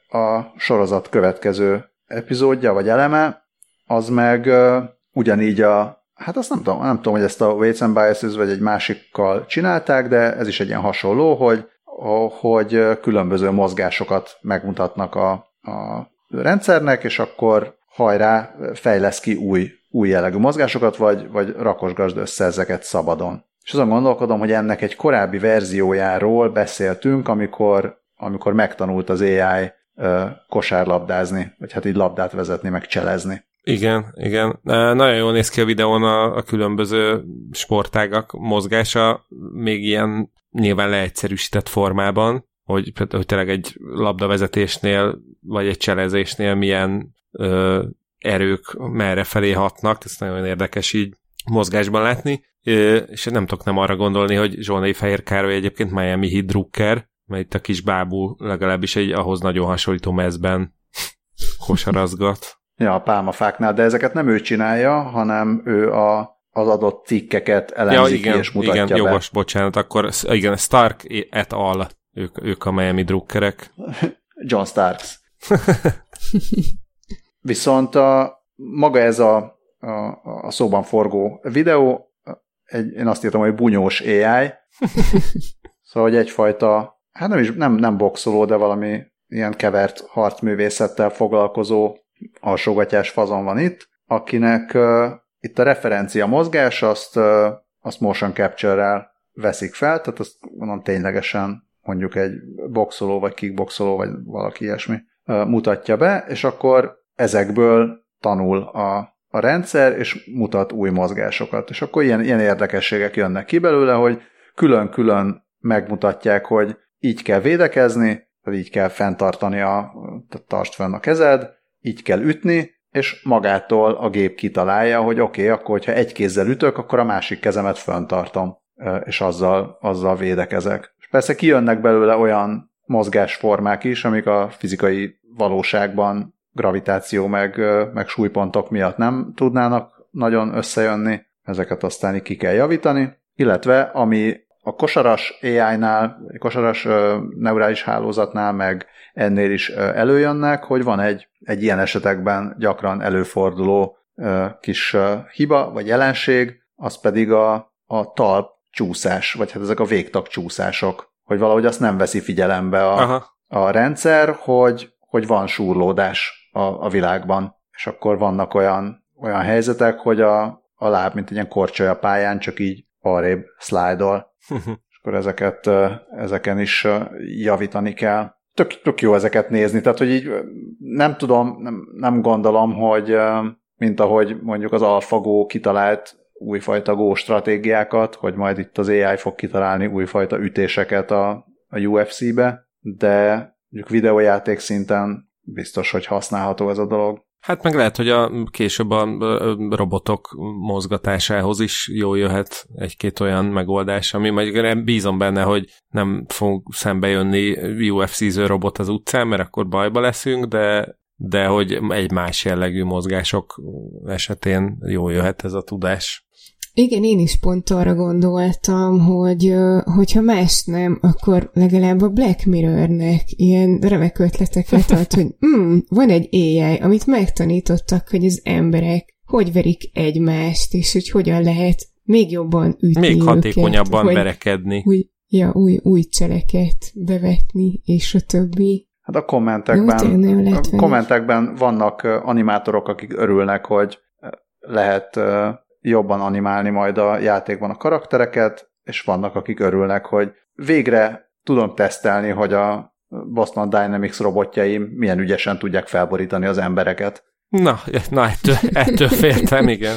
a sorozat következő epizódja, vagy eleme, az meg ugyanígy a hát azt nem tudom, nem tudom, hogy ezt a Weights and Biases vagy egy másikkal csinálták, de ez is egy ilyen hasonló, hogy, hogy különböző mozgásokat megmutatnak a, a rendszernek, és akkor hajrá, fejlesz ki új, új jellegű mozgásokat, vagy, vagy rakosgasd össze ezeket szabadon. És azon gondolkodom, hogy ennek egy korábbi verziójáról beszéltünk, amikor, amikor megtanult az á i uh, kosárlabdázni, vagy hát így labdát vezetni, meg cselezni. Igen, igen. Nagyon jól néz ki a videón a, a különböző sportágak mozgása, még ilyen nyilván leegyszerűsített formában, hogy, hogy tényleg egy labdavezetésnél, vagy egy cselezésnél milyen ö, erők merre felé hatnak, ez nagyon érdekes így mozgásban látni, ö, és nem tudok nem arra gondolni, hogy Zsolnai Fehér Károly egyébként Miami Heat drukker, mert itt a kis bábú legalábbis egy ahhoz nagyon hasonlító mezben kosarazgat. Ja, a pálmafáknál, de ezeket nem ő csinálja, hanem ő a, az adott cikkeket elemzi ja, igen, ki és mutatja igen, be. Jogos, bocsánat, akkor igen, Stark et al. Ők, ők a Miami drukkerek. John Starks. Viszont a, maga ez a, a, a szóban forgó videó, egy, én azt írtam, hogy bunyós á i, szóval, hogy egyfajta, hát nem is nem, nem boxoló, de valami ilyen kevert harcművészettel foglalkozó alsógatyás fazon van itt, akinek uh, itt a referencia mozgás, azt, uh, azt motion capture-rel veszik fel, tehát azt mondom ténylegesen mondjuk egy boxoló, vagy kickboxoló, vagy valaki ilyesmi uh, mutatja be, és akkor ezekből tanul a, a rendszer, és mutat új mozgásokat. És akkor ilyen, ilyen érdekességek jönnek ki belőle, hogy külön-külön megmutatják, hogy így kell védekezni, vagy így kell fenntartani, a, tartsd fenn a kezed, így kell ütni, és magától a gép kitalálja, hogy oké, okay, akkor, hogyha egy kézzel ütök, akkor a másik kezemet fenntartom, és azzal, azzal védekezek. És persze kijönnek belőle olyan mozgásformák is, amik a fizikai valóságban gravitáció meg, meg súlypontok miatt nem tudnának nagyon összejönni, ezeket aztán ki kell javítani, illetve ami a kosaras á i-nál, kosaras uh, neurális hálózatnál, meg ennél is uh, előjönnek, hogy van egy, egy ilyen esetekben gyakran előforduló uh, kis uh, hiba, vagy jelenség, az pedig a, a talp csúszás, vagy hát ezek a végtag csúszások, hogy valahogy azt nem veszi figyelembe a, a rendszer, hogy, hogy van súrlódás a, a világban, és akkor vannak olyan, olyan helyzetek, hogy a, a láb, mint egy ilyen korcsolya pályán, csak így arrébb szlájdol. És akkor ezeket, ezeken is javítani kell. Tök, tök jó ezeket nézni, tehát hogy így nem tudom, nem, nem gondolom, hogy mint ahogy mondjuk az AlphaGo kitalált újfajta Go stratégiákat, hogy majd itt az á i fog kitalálni újfajta ütéseket a, a u ef cé-be, de mondjuk videójáték szinten biztos, hogy használható ez a dolog. Hát meg lehet, hogy a később a robotok mozgatásához is jól jöhet egy-két olyan megoldás, ami majd bízom benne, hogy nem fog szembe jönni u ef cé-ző robot az utcán, mert akkor bajba leszünk, de, de hogy egy más jellegű mozgások esetén jól jöhet ez a tudás. Igen, én is pont arra gondoltam, hogy hogyha más nem, akkor legalább a Black Mirrornek ilyen remek ötleteket ad, hogy mm, van egy á i, amit megtanítottak, hogy az emberek hogy verik egymást, és hogy hogyan lehet még jobban ütni még őket, hatékonyabban verekedni. Új, ja, új, új cseleket bevetni, és a többi. Hát a kommentekben, Jó, a kommentekben vannak animátorok, akik örülnek, hogy lehet jobban animálni majd a játékban a karaktereket, és vannak, akik örülnek, hogy végre tudom tesztelni, hogy a Boston Dynamics robotjai milyen ügyesen tudják felborítani az embereket. Na, na ettől, ettől féltem, igen.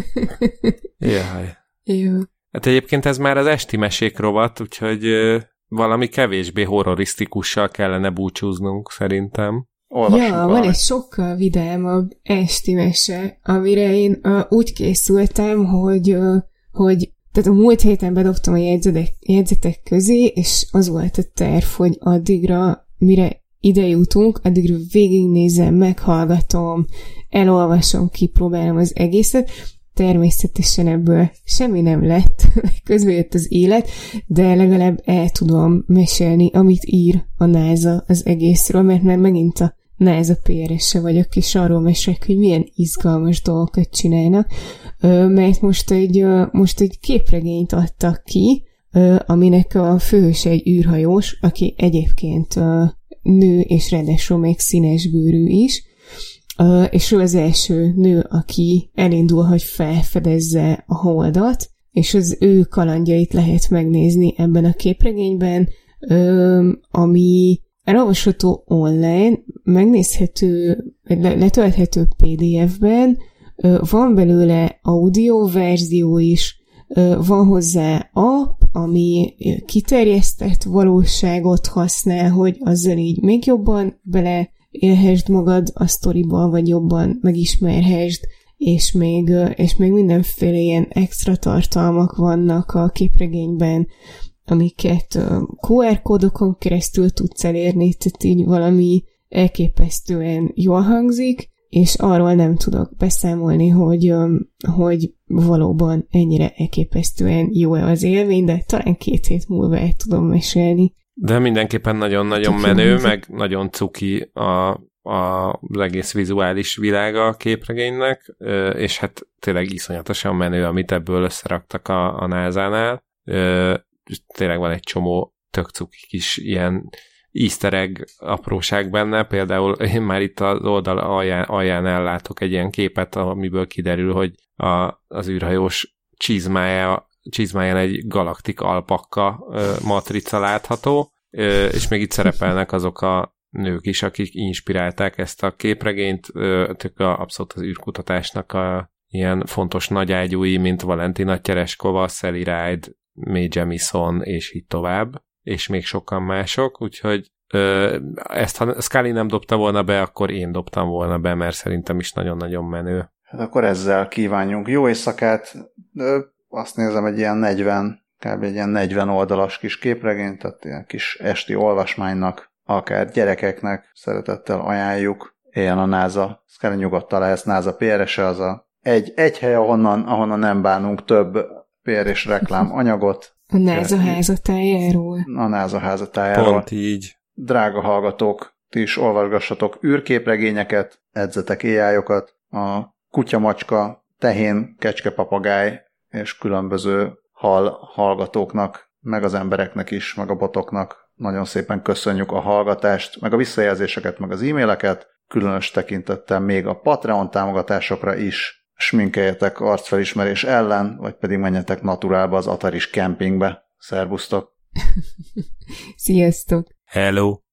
Jaj. Jó. Hát egyébként ez már az esti mesék rovat, úgyhogy valami kevésbé horrorisztikussal kellene búcsúznunk, szerintem. Olvassuk ja, valami. Van egy sokkal vidámabb esti mese, amire én uh, úgy készültem, hogy, uh, hogy tehát a múlt héten bedobtam a jegyzetek, jegyzetek közé, és az volt a terv, hogy addigra, mire ide jutunk, addigra végignézem, meghallgatom, elolvasom, kipróbálom az egészet. Természetesen ebből semmi nem lett, közben jött az élet, de legalább el tudom mesélni, amit ír a NASA az egészről, mert már megint a NASA pé er es-e vagyok, és arról mesélek, hogy milyen izgalmas dolgokat csinálnak, mert most egy, most egy képregényt adtak ki, aminek a főhőse egy űrhajós, aki egyébként nő, és ráadásul még színes bőrű is, és ő az első nő, aki elindul, hogy felfedezze a Holdat, és az ő kalandjait lehet megnézni ebben a képregényben, ami elolvasható online, megnézhető, letölthető pé dé ef-ben, van belőle audio verzió is, van hozzá app, ami kiterjesztett valóságot használ, hogy azzal így még jobban beleélhesd magad a sztoriba, vagy jobban megismerhesd, és még, és még mindenféle ilyen extra tartalmak vannak a képregényben, amiket kú er kódokon keresztül tudsz elérni, tehát így valami elképesztően jól hangzik, és arról nem tudok beszámolni, hogy, hogy valóban ennyire elképesztően jó-e az élmény, de talán két hét múlva el tudom mesélni. De mindenképpen nagyon-nagyon menő, meg nagyon cuki a, a, az egész vizuális világa a képregénynek, és hát tényleg iszonyatosan menő, amit ebből összeraktak a, a názánál. Tényleg van egy csomó tök cuki kis ilyen easter egg apróság benne, például én már itt az oldal alján, alján ellátok egy ilyen képet, amiből kiderül, hogy a, az űrhajós csizmája, csizmáján egy galaktik alpakka matrica látható, és még itt szerepelnek azok a nők is, akik inspirálták ezt a képregényt, tök a, abszolút az űrkutatásnak a ilyen fontos nagyágyúi, mint Valentina Tereshkova, Sally Ride, Mae Jemison, és így tovább, és még sokan mások, úgyhogy ö, ezt ha Scully nem dobta volna be, akkor én dobtam volna be, mert szerintem is nagyon-nagyon menő. Hát akkor ezzel kívánjunk jó éjszakát. Ö, azt nézem, egy ilyen negyven, kb. Egy ilyen negyven oldalas kis képregény, tehát ilyen kis esti olvasmánynak, akár gyerekeknek szeretettel ajánljuk. Éljen a NASA. Scully nyugodtan lehetsz, NASA pé er es-e az a egy, egy hely, ahonnan, ahonnan nem bánunk több pé er es reklám anyagot. A NASA házatájáról. A NASA házatájáról. Pont így. Drága hallgatók, ti is olvasgassatok űrképregényeket, edzetek éjjájokat, a kutyamacska, tehén, kecskepapagáj és különböző hal hallgatóknak, meg az embereknek is, meg a botoknak nagyon szépen köszönjük a hallgatást, meg a visszajelzéseket, meg az e-maileket, különös tekintettel még a Patreon támogatásokra is. Sminkeljetek arcfelismerés ellen, vagy pedig menjetek naturálba az Ataris kempingbe. Szerbusztok! Sziasztok! Hello!